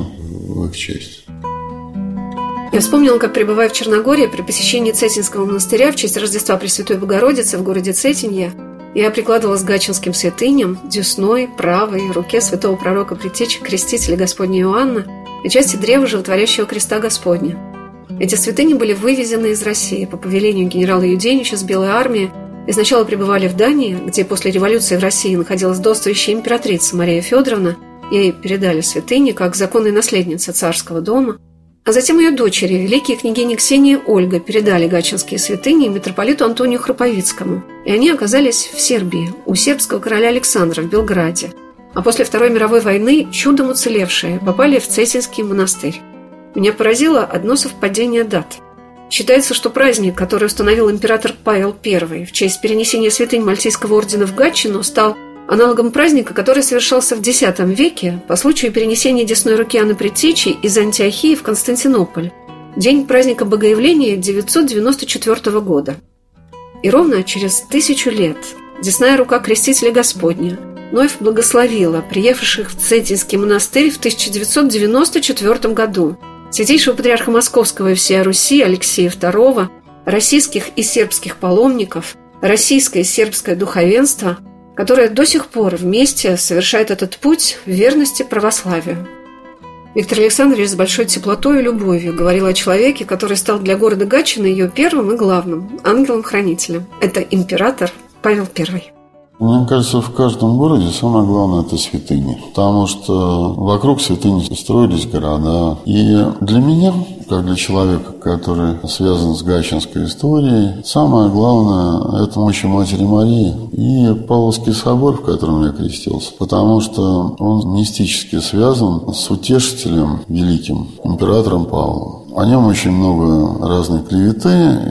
в их честь. Я вспомнила, как, пребывая в Черногории, при посещении Цетинского монастыря в честь Рождества Пресвятой Богородицы в городе Цетинье, я прикладывала к гатчинским святыням, десной, правой руке святого пророка Предтечи Крестителя Господня Иоанна и части древа животворящего креста Господня. Эти святыни были вывезены из России по повелению генерала Юденича с Белой армии и сначала пребывали в Дании, где после революции в России находилась вдовствующая императрица Мария Федоровна, ей передали святыни как законной наследнице царского дома, а затем ее дочери, великие княгини Ксения и Ольга, передали гатчинские святыни митрополиту Антонию Храповицкому, и они оказались в Сербии, у сербского короля Александра в Белграде, а после Второй мировой войны, чудом уцелевшие, попали в Цетинский монастырь. Меня поразило одно совпадение дат. Считается, что праздник, который установил император Павел Первый в честь перенесения святынь Мальтийского ордена в Гатчину, стал аналогом праздника, который совершался в десятом веке по случаю перенесения десной руки Анны Предтечи из Антиохии в Константинополь, день праздника Богоявления девятьсот девяносто четвёртого года. И ровно через тысячу лет десная рука Крестителя Господня вновь благословила приехавших в Цетинский монастырь в тысяча девятьсот девяносто четвёртом году святейшего патриарха Московского и всея Руси Алексея Второго, российских и сербских паломников, российское и сербское духовенство, которое до сих пор вместе совершает этот путь в верности православию. Виктор Александрович с большой теплотой и любовью говорил о человеке, который стал для города Гатчины ее первым и главным ангелом-хранителем. Это император Павел Первый. Мне кажется, в каждом городе самое главное – это святыни. Потому что вокруг святынь строились города. И для меня, как для человека, который связан с гатчинской историей, самое главное – это мощи Матери Марии и Павловский собор, в котором я крестился. Потому что он мистически связан с утешителем великим, императором Павлом. О нем очень много разной клеветы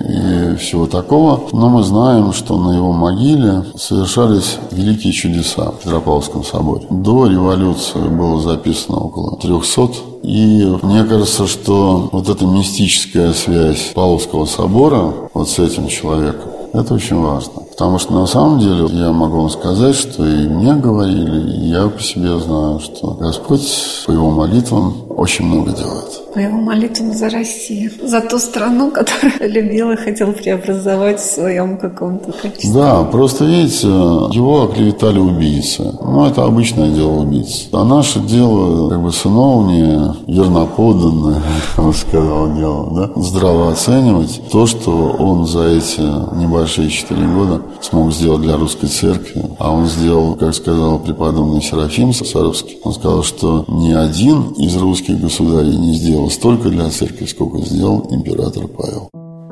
и всего такого, но мы знаем, что на его могиле совершались великие чудеса в Петропавловском соборе. До революции было записано около трехсот, и мне кажется, что вот эта мистическая связь Павловского собора вот с этим человеком, это очень важно. Потому что на самом деле я могу вам сказать, что и мне говорили, и я по себе знаю, что Господь по его молитвам очень много делает. По его молитвам за Россию, за ту страну, которую любил и хотел преобразовать в своем каком-то качестве. Да, просто видите, его оклеветали убийцы. Ну, это обычное дело убийц. А наше дело, как бы, сыновнее, верноподданное, я бы сказал, дело, да? Здраво оценивать то, что он за эти небольшие четыре года смог сделать для русской церкви. А он сделал, как сказал преподобный Серафим Саровский, он сказал, что ни один из русских государей не сделал столько для церкви, сколько сделал император Павел.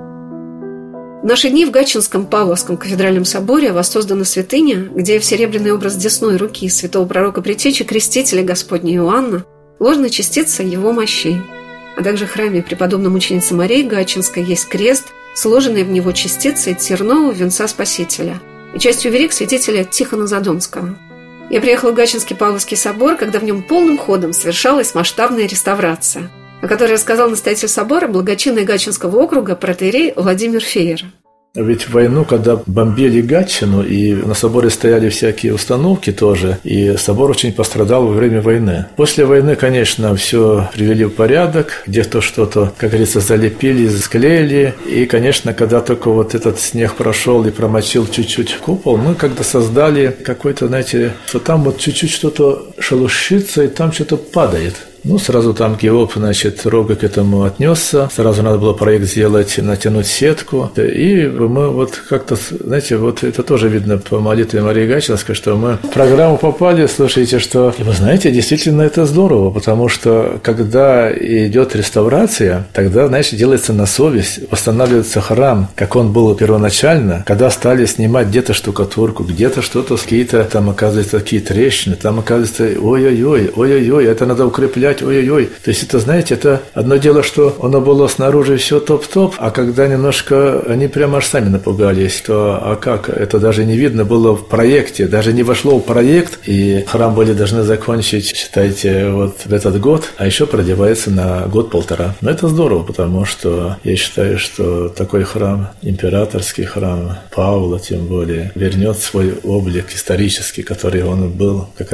В наши дни в Гатчинском Павловском кафедральном соборе воссоздана святыня, где в серебряный образ десной руки святого пророка Предтечи Крестителя Господня Иоанна вложена частица его мощей. А также в храме преподобной мученицы Марии Гатчинской есть крест, сложенный в него частицей тернового венца Спасителя и частью верик святителя Тихона Задонского. Я приехала в Гатчинский Павловский собор, когда в нем полным ходом совершалась масштабная реставрация, о которой рассказал настоятель собора благочинный Гатчинского округа протоиерей Владимир Феер. Ведь в войну, когда бомбили Гатчину, и на соборе стояли всякие установки тоже, и собор очень пострадал во время войны. После войны, конечно, все привели в порядок, где-то что-то, как говорится, залепили, склеили, и, конечно, когда только вот этот снег прошел и промочил чуть-чуть купол, мы когда создали какой-то, знаете, что там вот чуть-чуть что-то шелушится, и там что-то падает. Ну, сразу там Геоп, значит, Рога к этому отнесся. Сразу надо было проект сделать, натянуть сетку. И мы вот как-то, знаете, вот это тоже видно по молитве Марии Гатчинской, что мы в программу попали, слушайте, что... И вы знаете, действительно это здорово, потому что когда идет реставрация, тогда, знаете, делается на совесть, восстанавливается храм, как он был первоначально, когда стали снимать где-то штукатурку, где-то что-то, какие-то там, оказывается, такие трещины, там, оказывается, ой-ой-ой, ой-ой-ой, это надо укреплять, ой-ой-ой. То есть это, знаете, это одно дело, что оно было снаружи все топ-топ, а когда немножко они прямо аж сами напугались, то а как? Это даже не видно было в проекте, даже не вошло в проект, и храм были должны закончить, считайте, вот в этот год, а еще продевается на год-полтора. Но это здорово, потому что я считаю, что такой храм, императорский храм Павла, тем более, вернет свой облик исторический, который он был как раз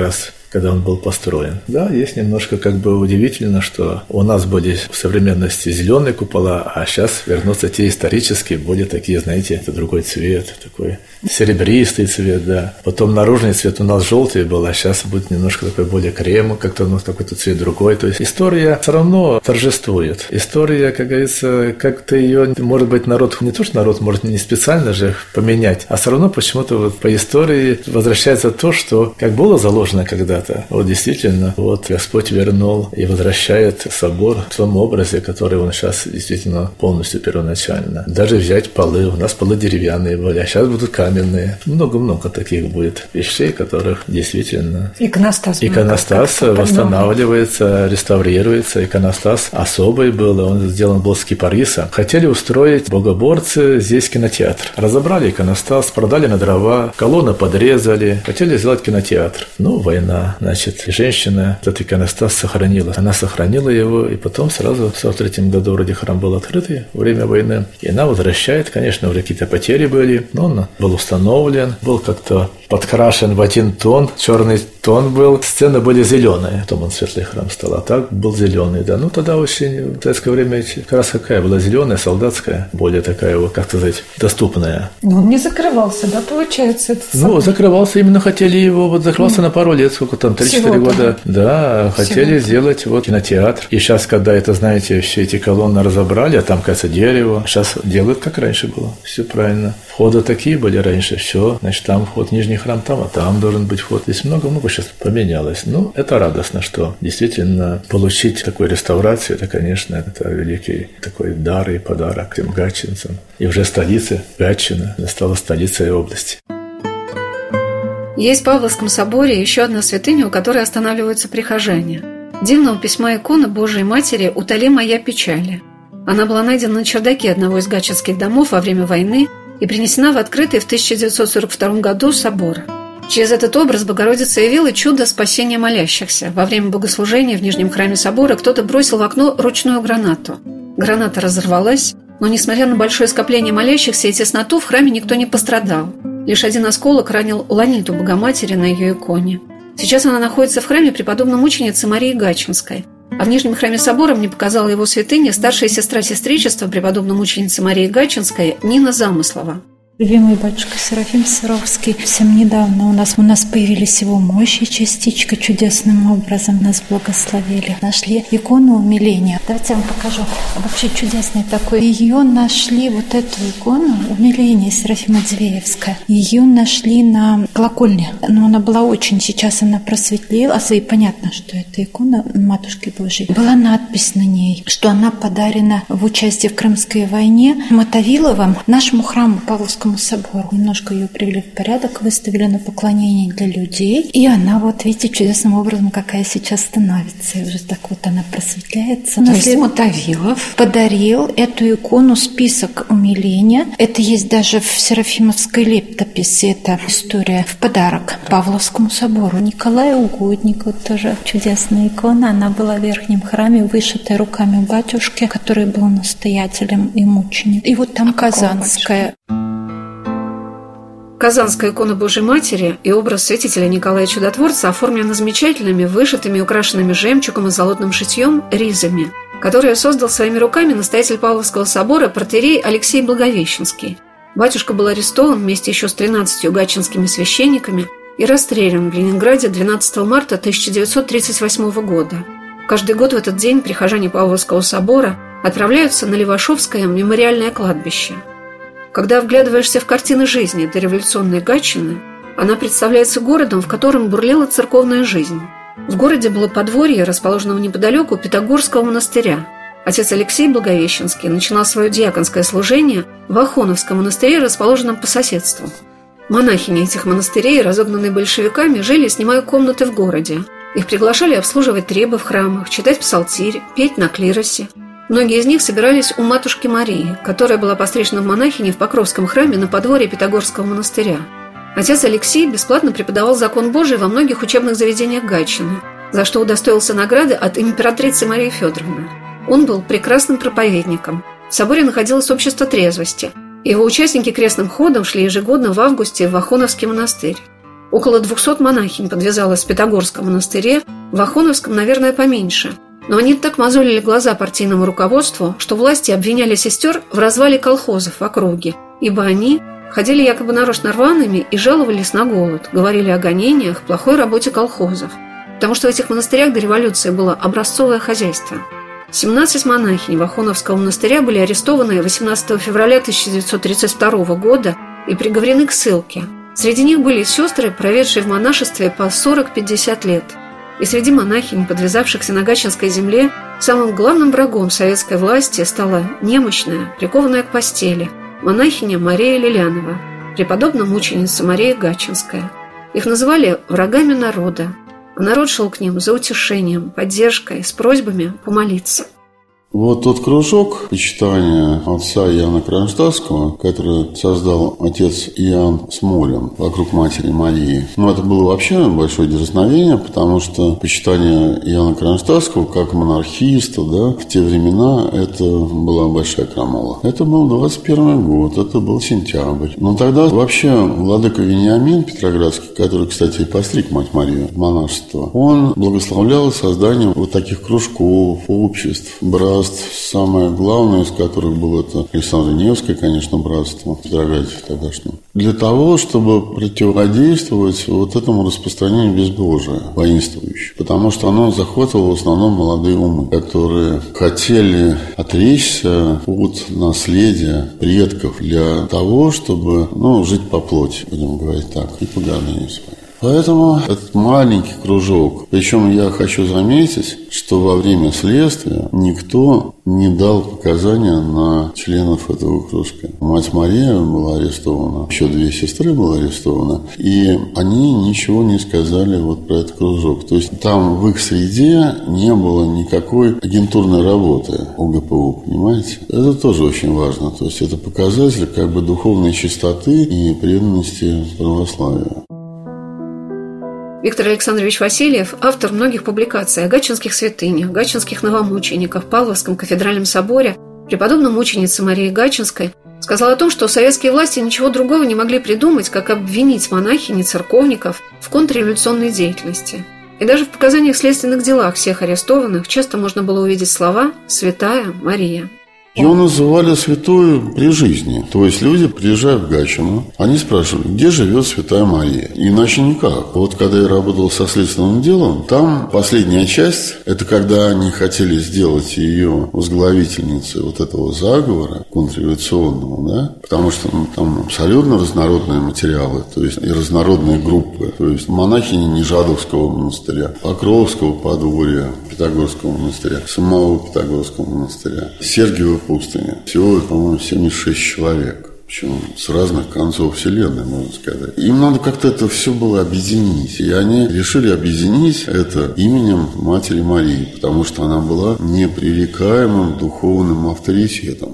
когда он был построен. Да, есть немножко как бы удивительно, что у нас были в современности зеленые купола, а сейчас вернутся те исторические, более такие, знаете, это другой цвет, такой серебристый цвет, да. Потом наружный цвет у нас желтый был, а сейчас будет немножко такой более крем, как-то у нас какой-то цвет другой. То есть история все равно торжествует. История, как говорится, как-то ее, может быть, народ, не то, что народ может не специально же поменять, а все равно почему-то вот по истории возвращается то, что как было заложено когда-то. Вот действительно, вот Господь вернул и возвращает собор в том образе, который он сейчас действительно полностью первоначально. Даже взять полы. У нас полы деревянные были, а сейчас будут каменные. Много-много таких будет вещей, которых действительно... Иконостас. Иконостас восстанавливается, реставрируется. Иконостас особый был, он сделан был с кипариса. Хотели устроить богоборцы здесь кинотеатр. Разобрали иконостас, продали на дрова, колонны подрезали, хотели сделать кинотеатр. Ну, война, значит, женщина этот иконостас сохранила. Она сохранила его, и потом сразу в сорок третьем году вроде храм был открытый во время войны, и она возвращает, конечно, уже какие-то потери были, но он был установлен, был как-то подкрашен в один тон, черный тон был, сцены были зеленые, потом он светлый храм стал, а так был зеленый, да. Ну, тогда очень, в советское время как раз какая была зеленая, солдатская, более такая, вот, как сказать, доступная. Но он не закрывался, да, получается? Этот ну, собор? Закрывался, именно хотели его, вот закрывался mm. на пару лет, сколько там, три-четыре года. Да, хотели Всего сделать вот кинотеатр. И сейчас, когда это, знаете, все эти колонны разобрали, а там, кажется, дерево, сейчас делают, как раньше было, все правильно. Входы такие были раньше, все, значит, там вход, нижний храм там, а там должен быть вход. Здесь много-много сейчас поменялось. Ну, это радостно, что действительно получить такую реставрацию, это, конечно, это великий такой дар и подарок тем гатчинцам. И уже столица Гатчина стала столицей области. Есть в Павловском соборе еще одна святыня, у которой останавливаются прихожане. Дивного письма иконы Божией Матери «Утоли моя печали». Она была найдена на чердаке одного из гатчинских домов во время войны и принесена в открытый в тысяча девятьсот сорок втором году собор. Через этот образ Богородица явила чудо спасения молящихся. Во время богослужения в Нижнем храме собора кто-то бросил в окно ручную гранату. Граната разорвалась, но, несмотря на большое скопление молящихся и тесноту, в храме никто не пострадал. Лишь один осколок ранил Ланиту Богоматери на ее иконе. Сейчас она находится в храме преподобной мученицы Марии Гатчинской. А в Нижнем храме собора мне показала его святыня старшая сестра сестричества преподобной мученицы Марии Гатчинской Нина Замыслова. Любимый батюшка Серафим Саровский, совсем недавно у нас, у нас появились его мощи, частичка чудесным образом нас благословили. Нашли икону умиления. Давайте я вам покажу. Вообще чудесный такой. Ее нашли, вот эту икону умиления Серафима Дивеевская. Ее нашли на колокольне. Но она была очень, сейчас она просветлела. И понятно, что это икона Матушки Божией. Была надпись на ней, что она подарена в участии в Крымской войне Мотовиловым нашему храму Павловскому собору. Немножко ее привели в порядок, выставили на поклонение для людей. И она, вот видите, чудесным образом, какая сейчас становится. И уже так вот она просветляется. То есть Мотовилов подарил эту икону список умиления. Это есть даже в Серафимовской летописи. Это история в подарок Павловскому собору. Николай Угодник, вот тоже чудесная икона. Она была в верхнем храме, вышитая руками батюшки, который был настоятелем и мучеником. И вот там а Казанская. Казанская икона Божией Матери и образ святителя Николая Чудотворца оформлены замечательными, вышитыми, украшенными жемчугом и золотным шитьем ризами, которые создал своими руками настоятель Павловского собора протоиерей Алексей Благовещенский. Батюшка был арестован вместе еще с тринадцатью гатчинскими священниками и расстрелян в Ленинграде двенадцатого марта тысяча девятьсот тридцать восьмого года. Каждый год в этот день прихожане Павловского собора отправляются на Левашовское мемориальное кладбище. Когда вглядываешься в картины жизни дореволюционной Гатчины, она представляется городом, в котором бурлила церковная жизнь. В городе было подворье, расположенного неподалеку Пятигорского монастыря. Отец Алексей Благовещенский начинал свое диаконское служение в Ахоновском монастыре, расположенном по соседству. Монахини этих монастырей, разогнанные большевиками, жили, снимая комнаты в городе. Их приглашали обслуживать требы в храмах, читать псалтирь, петь на клиросе. Многие из них собирались у матушки Марии, которая была пострижена в монахини в Покровском храме на подворье Пятигорского монастыря. Отец Алексей бесплатно преподавал закон Божий во многих учебных заведениях Гатчины, за что удостоился награды от императрицы Марии Федоровны. Он был прекрасным проповедником. В соборе находилось общество трезвости. Его участники крестным ходом шли ежегодно в августе в Ахоновский монастырь. Около двухсот монахинь подвязалось в Пятигорском монастыре, в Ахуновском, наверное, поменьше. Но они так мозолили глаза партийному руководству, что власти обвиняли сестер в развале колхозов в округе, ибо они ходили якобы нарочно рваными и жаловались на голод, говорили о гонениях, плохой работе колхозов. Потому что в этих монастырях до революции было образцовое хозяйство. семнадцать монахинь Ахуновского монастыря были арестованы восемнадцатого февраля тысяча девятьсот тридцать второго года и приговорены к ссылке. Среди них были сестры, проведшие в монашестве по сорок-пятьдесят лет. И среди монахинь, подвязавшихся на Гатчинской земле, самым главным врагом советской власти стала немощная, прикованная к постели, монахиня Мария Лилянова, преподобная мученица Мария Гатчинская. Их называли врагами народа, а народ шел к ним за утешением, поддержкой, с просьбами помолиться. Вот тот кружок почитания отца Иоанна Кронштадтского, который создал отец Иоанн Смолин вокруг Матери Марии, ну, это было вообще большое дерзновение, потому что почитание Иоанна Кронштадтского как монархиста, да, в те времена это была большая крамола. Это был двадцать первый год, это был сентябрь. Но тогда вообще владыка Вениамин Петроградский, который, кстати, и постриг Мать Марию в монашество, он благословлял созданием вот таких кружков, обществ, братств. Самое главное из которых было это Александро-Невское, конечно, братство в Петрограде тогдашнем. Для того, чтобы противодействовать вот этому распространению безбожия, воинствующего. Потому что оно захватывало в основном молодые умы, которые хотели отречься от наследия предков для того, чтобы, ну, жить по плоти, будем говорить так, и по гордыне своей. Поэтому этот маленький кружок. Причем я хочу заметить, что во время следствия никто не дал показания на членов этого кружка. Мать Мария была арестована, еще две сестры были арестованы, и они ничего не сказали вот про этот кружок. То есть там в их среде не было никакой агентурной работы ОГПУ, понимаете? Это тоже очень важно. То есть это показатель как бы духовной чистоты и преданности православию. Виктор Александрович Васильев – автор многих публикаций о гатчинских святынях, гатчинских новомучениках, Павловском кафедральном соборе, преподобной мученице Марии Гатчинской, сказал о том, что советские власти ничего другого не могли придумать, как обвинить монахинь и церковников в контрреволюционной деятельности. И даже в показаниях в следственных делах всех арестованных часто можно было увидеть слова «Святая Мария». Ее называли святой при жизни. То есть люди, приезжая в Гатчину, они спрашивали, где живет Святая Мария. Иначе никак. Вот когда я работал со следственным делом, там последняя часть, это когда они хотели сделать ее возглавительницей вот этого заговора контрреволюционного, да, потому что ну, там абсолютно разнородные материалы, то есть и разнородные группы. То есть монахини Нижадовского монастыря, Покровского подворья, Пятигорского монастыря, самого Пятигорского монастыря, Сергиева пустыня. Всего, по-моему, семьдесят шесть человек. Причем с разных концов вселенной, можно сказать. Им надо как-то это все было объединить. И они решили объединить это именем Матери Марии, потому что она была непререкаемым духовным авторитетом.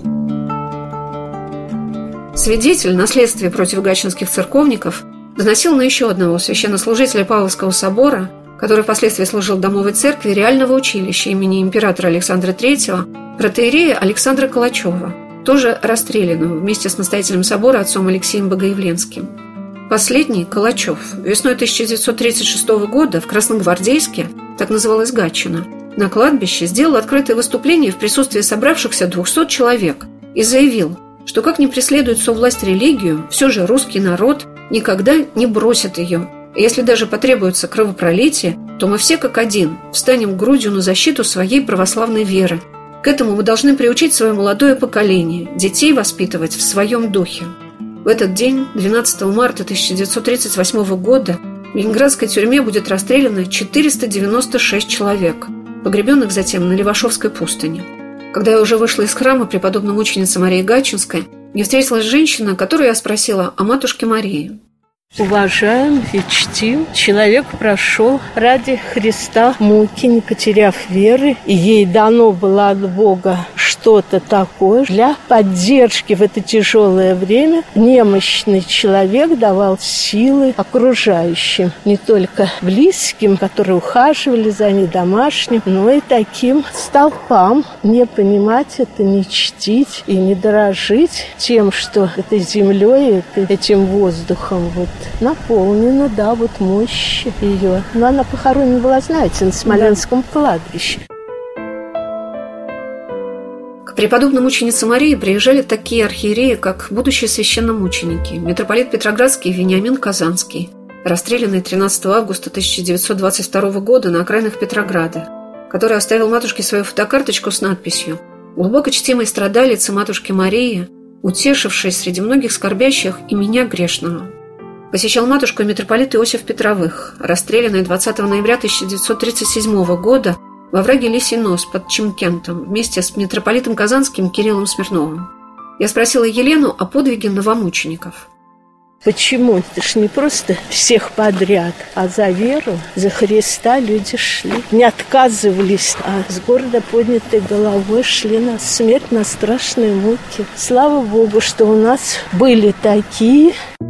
Свидетель на следствии против гатчинских церковников доносил на еще одного священнослужителя Павловского собора, который впоследствии служил в домовой церкви реального училища имени императора Александра Третьего, протоиерея Александра Калачева, тоже расстрелянного вместе с настоятелем собора отцом Алексеем Богоявленским. Последний, Калачев, весной тысяча девятьсот тридцать шестого года в Красногвардейске, так называлась Гатчина, на кладбище сделал открытое выступление в присутствии собравшихся двухсот человек и заявил, что как ни преследует совласть религию, все же русский народ никогда не бросит ее. И если даже потребуется кровопролитие, то мы все как один встанем грудью на защиту своей православной веры. К этому мы должны приучить свое молодое поколение, детей воспитывать в своем духе. В этот день, двенадцатого марта тысяча девятьсот тридцать восьмого года, в ленинградской тюрьме будет расстреляно четыреста девяносто шесть человек, погребенных затем на Левашовской пустыне. Когда я уже вышла из храма преподобной мученицы Марии Гатчинской, мне встретилась женщина, которую я спросила о матушке Марии. Уважаем и чтим, человек прошел ради Христа муки, не потеряв веры, и ей дано было от Бога, что что-то такое для поддержки в это тяжелое время. Немощный человек давал силы окружающим, не только близким, которые ухаживали за ним, домашним, но и таким столпам. Не понимать это, не чтить и не дорожить тем, что этой землей, этим воздухом вот наполнена, да, вот мощь ее. Но она похоронена была, знаете, на Смоленском кладбище. К преподобной мученице Марии приезжали такие архиереи, как будущие священномученики, митрополит Петроградский Вениамин Казанский, расстрелянный тринадцатого августа тысяча девятьсот двадцать второго года на окраинах Петрограда, который оставил матушке свою фотокарточку с надписью «Глубоко чтимой страдалице матушки Марии, утешившей среди многих скорбящих и меня грешного». Посещал матушку и митрополит Иосиф Петровых, расстрелянный двадцатого ноября тысяча девятьсот тридцать седьмого года во враге Лисий Нос под Чимкентом вместе с митрополитом Казанским Кириллом Смирновым. Я спросила Елену о подвиге новомучеников. Почему? Это ж не просто всех подряд, а за веру, за Христа люди шли. Не отказывались, а с гордо поднятой головой шли на смерть, на страшные муки. Слава Богу, что у нас были такие.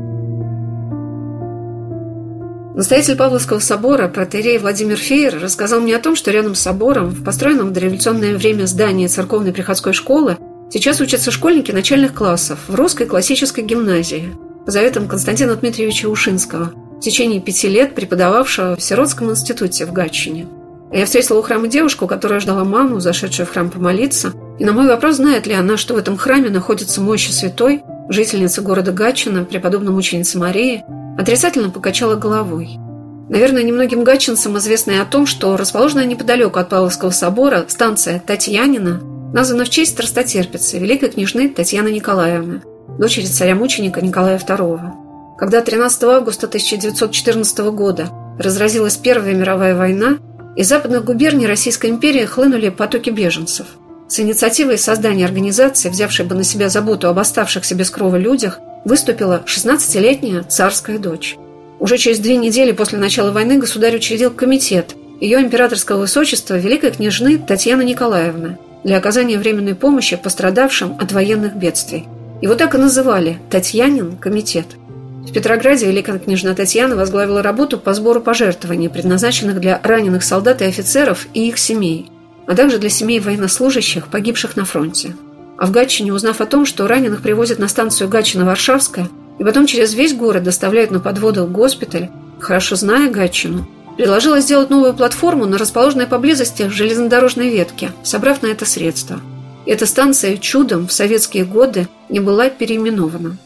Настоятель Павловского собора протоиерей Владимир Феер рассказал мне о том, что рядом с собором, в построенном в дореволюционное время здании церковной приходской школы, сейчас учатся школьники начальных классов в русской классической гимназии по заветам Константина Дмитриевича Ушинского, в течение пяти лет преподававшего в Сиротском институте в Гатчине. Я встретила у храма девушку, которая ждала маму, зашедшую в храм помолиться, и на мой вопрос, знает ли она, что в этом храме находится мощи святой, жительницы города Гатчина, преподобной мученицы Марии, отрицательно покачала головой. Наверное, немногим гатчинцам известно и о том, что расположенная неподалеку от Павловского собора станция Татьянина названа в честь страстотерпицы, великой княжны Татьяны Николаевны, дочери царя-мученика Николая второго. Когда тринадцатого августа тысяча девятьсот четырнадцатого года разразилась Первая мировая война, из западных губерний Российской империи хлынули потоки беженцев. С инициативой создания организации, взявшей бы на себя заботу об оставшихся без крова людях, выступила шестнадцатилетняя царская дочь. Уже через две недели после начала войны государь учредил комитет ее императорского высочества великой княжны Татьяны Николаевны для оказания временной помощи пострадавшим от военных бедствий. Его так и называли «Татьянин комитет». В Петрограде великая княжна Татьяна возглавила работу по сбору пожертвований, предназначенных для раненых солдат и офицеров и их семей, а также для семей военнослужащих, погибших на фронте. А в Гатчине, узнав о том, что раненых привозят на станцию Гатчина-Варшавская и потом через весь город доставляют на подводах в госпиталь, хорошо зная Гатчину, предложила сделать новую платформу на расположенной поблизости железнодорожной ветке, собрав на это средства. И эта станция чудом в советские годы не была переименована.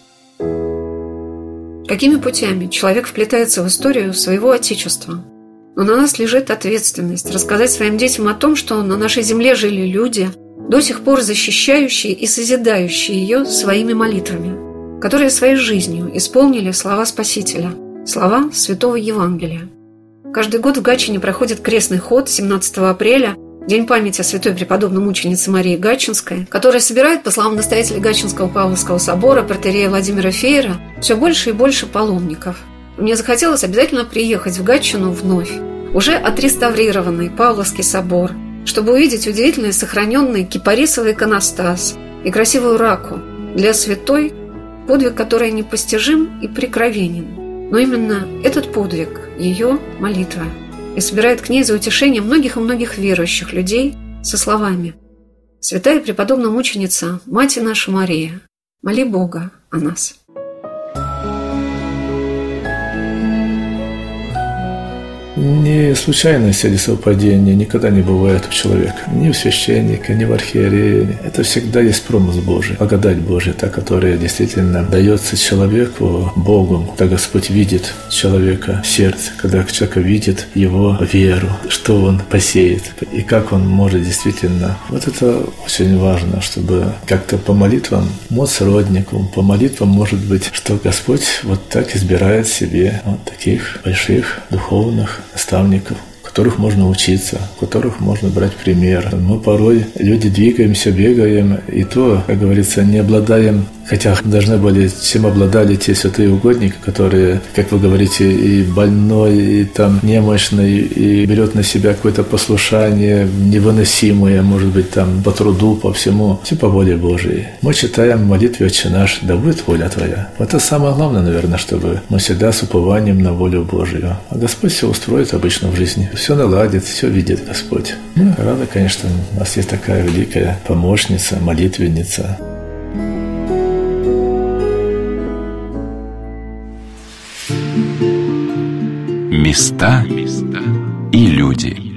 Какими путями человек вплетается в историю своего Отечества? Но на нас лежит ответственность рассказать своим детям о том, что на нашей земле жили люди, до сих пор защищающие и созидающие ее своими молитвами, которые своей жизнью исполнили слова Спасителя, слова Святого Евангелия. Каждый год в Гатчине проходит крестный ход семнадцатого апреля, День памяти о святой преподобной мученице Марии Гатчинской, которая собирает, по словам настоятеля Гатчинского Павловского собора протоиерея Владимира Феера, все больше и больше паломников. Мне захотелось обязательно приехать в Гатчину вновь, уже отреставрированный Павловский собор, чтобы увидеть удивительный сохраненный кипарисовый иконостас и красивую раку для святой, подвиг которой непостижим и прекровенен. Но именно этот подвиг, ее молитва, и собирает к ней за утешение многих и многих верующих людей со словами: «Святая преподобная мученица, Мать наша Мария, моли Бога о нас». Не случайность или совпадение никогда не бывает у человека. Ни у священника, ни в архиерее. Это всегда есть промысл Божий, благодать Божия, та, которая действительно дается человеку Богом, когда Господь видит человека сердце, когда человек видит его веру, что он посеет и как он может действительно. Вот это очень важно, чтобы как-то по молитвам, мод сродникам, по молитвам, может быть, что Господь вот так избирает себе вот таких больших духовных наставников, которых можно учиться, которых можно брать пример. Мы порой, люди, двигаемся, бегаем, и то, как говорится, не обладаем Хотя должны были, чем обладали те святые угодники, которые, как вы говорите, и больной, и там немощный, и берет на себя какое-то послушание невыносимое, может быть, там по труду, по всему, все по воле Божией. Мы читаем в молитве «Отче наш», да будет воля Твоя. Вот это самое главное, наверное, чтобы мы всегда с упованием на волю Божию. А Господь все устроит обычно в жизни. Все наладит, все видит Господь. Ну, рада, конечно, у нас есть такая великая помощница, молитвенница. Места и люди.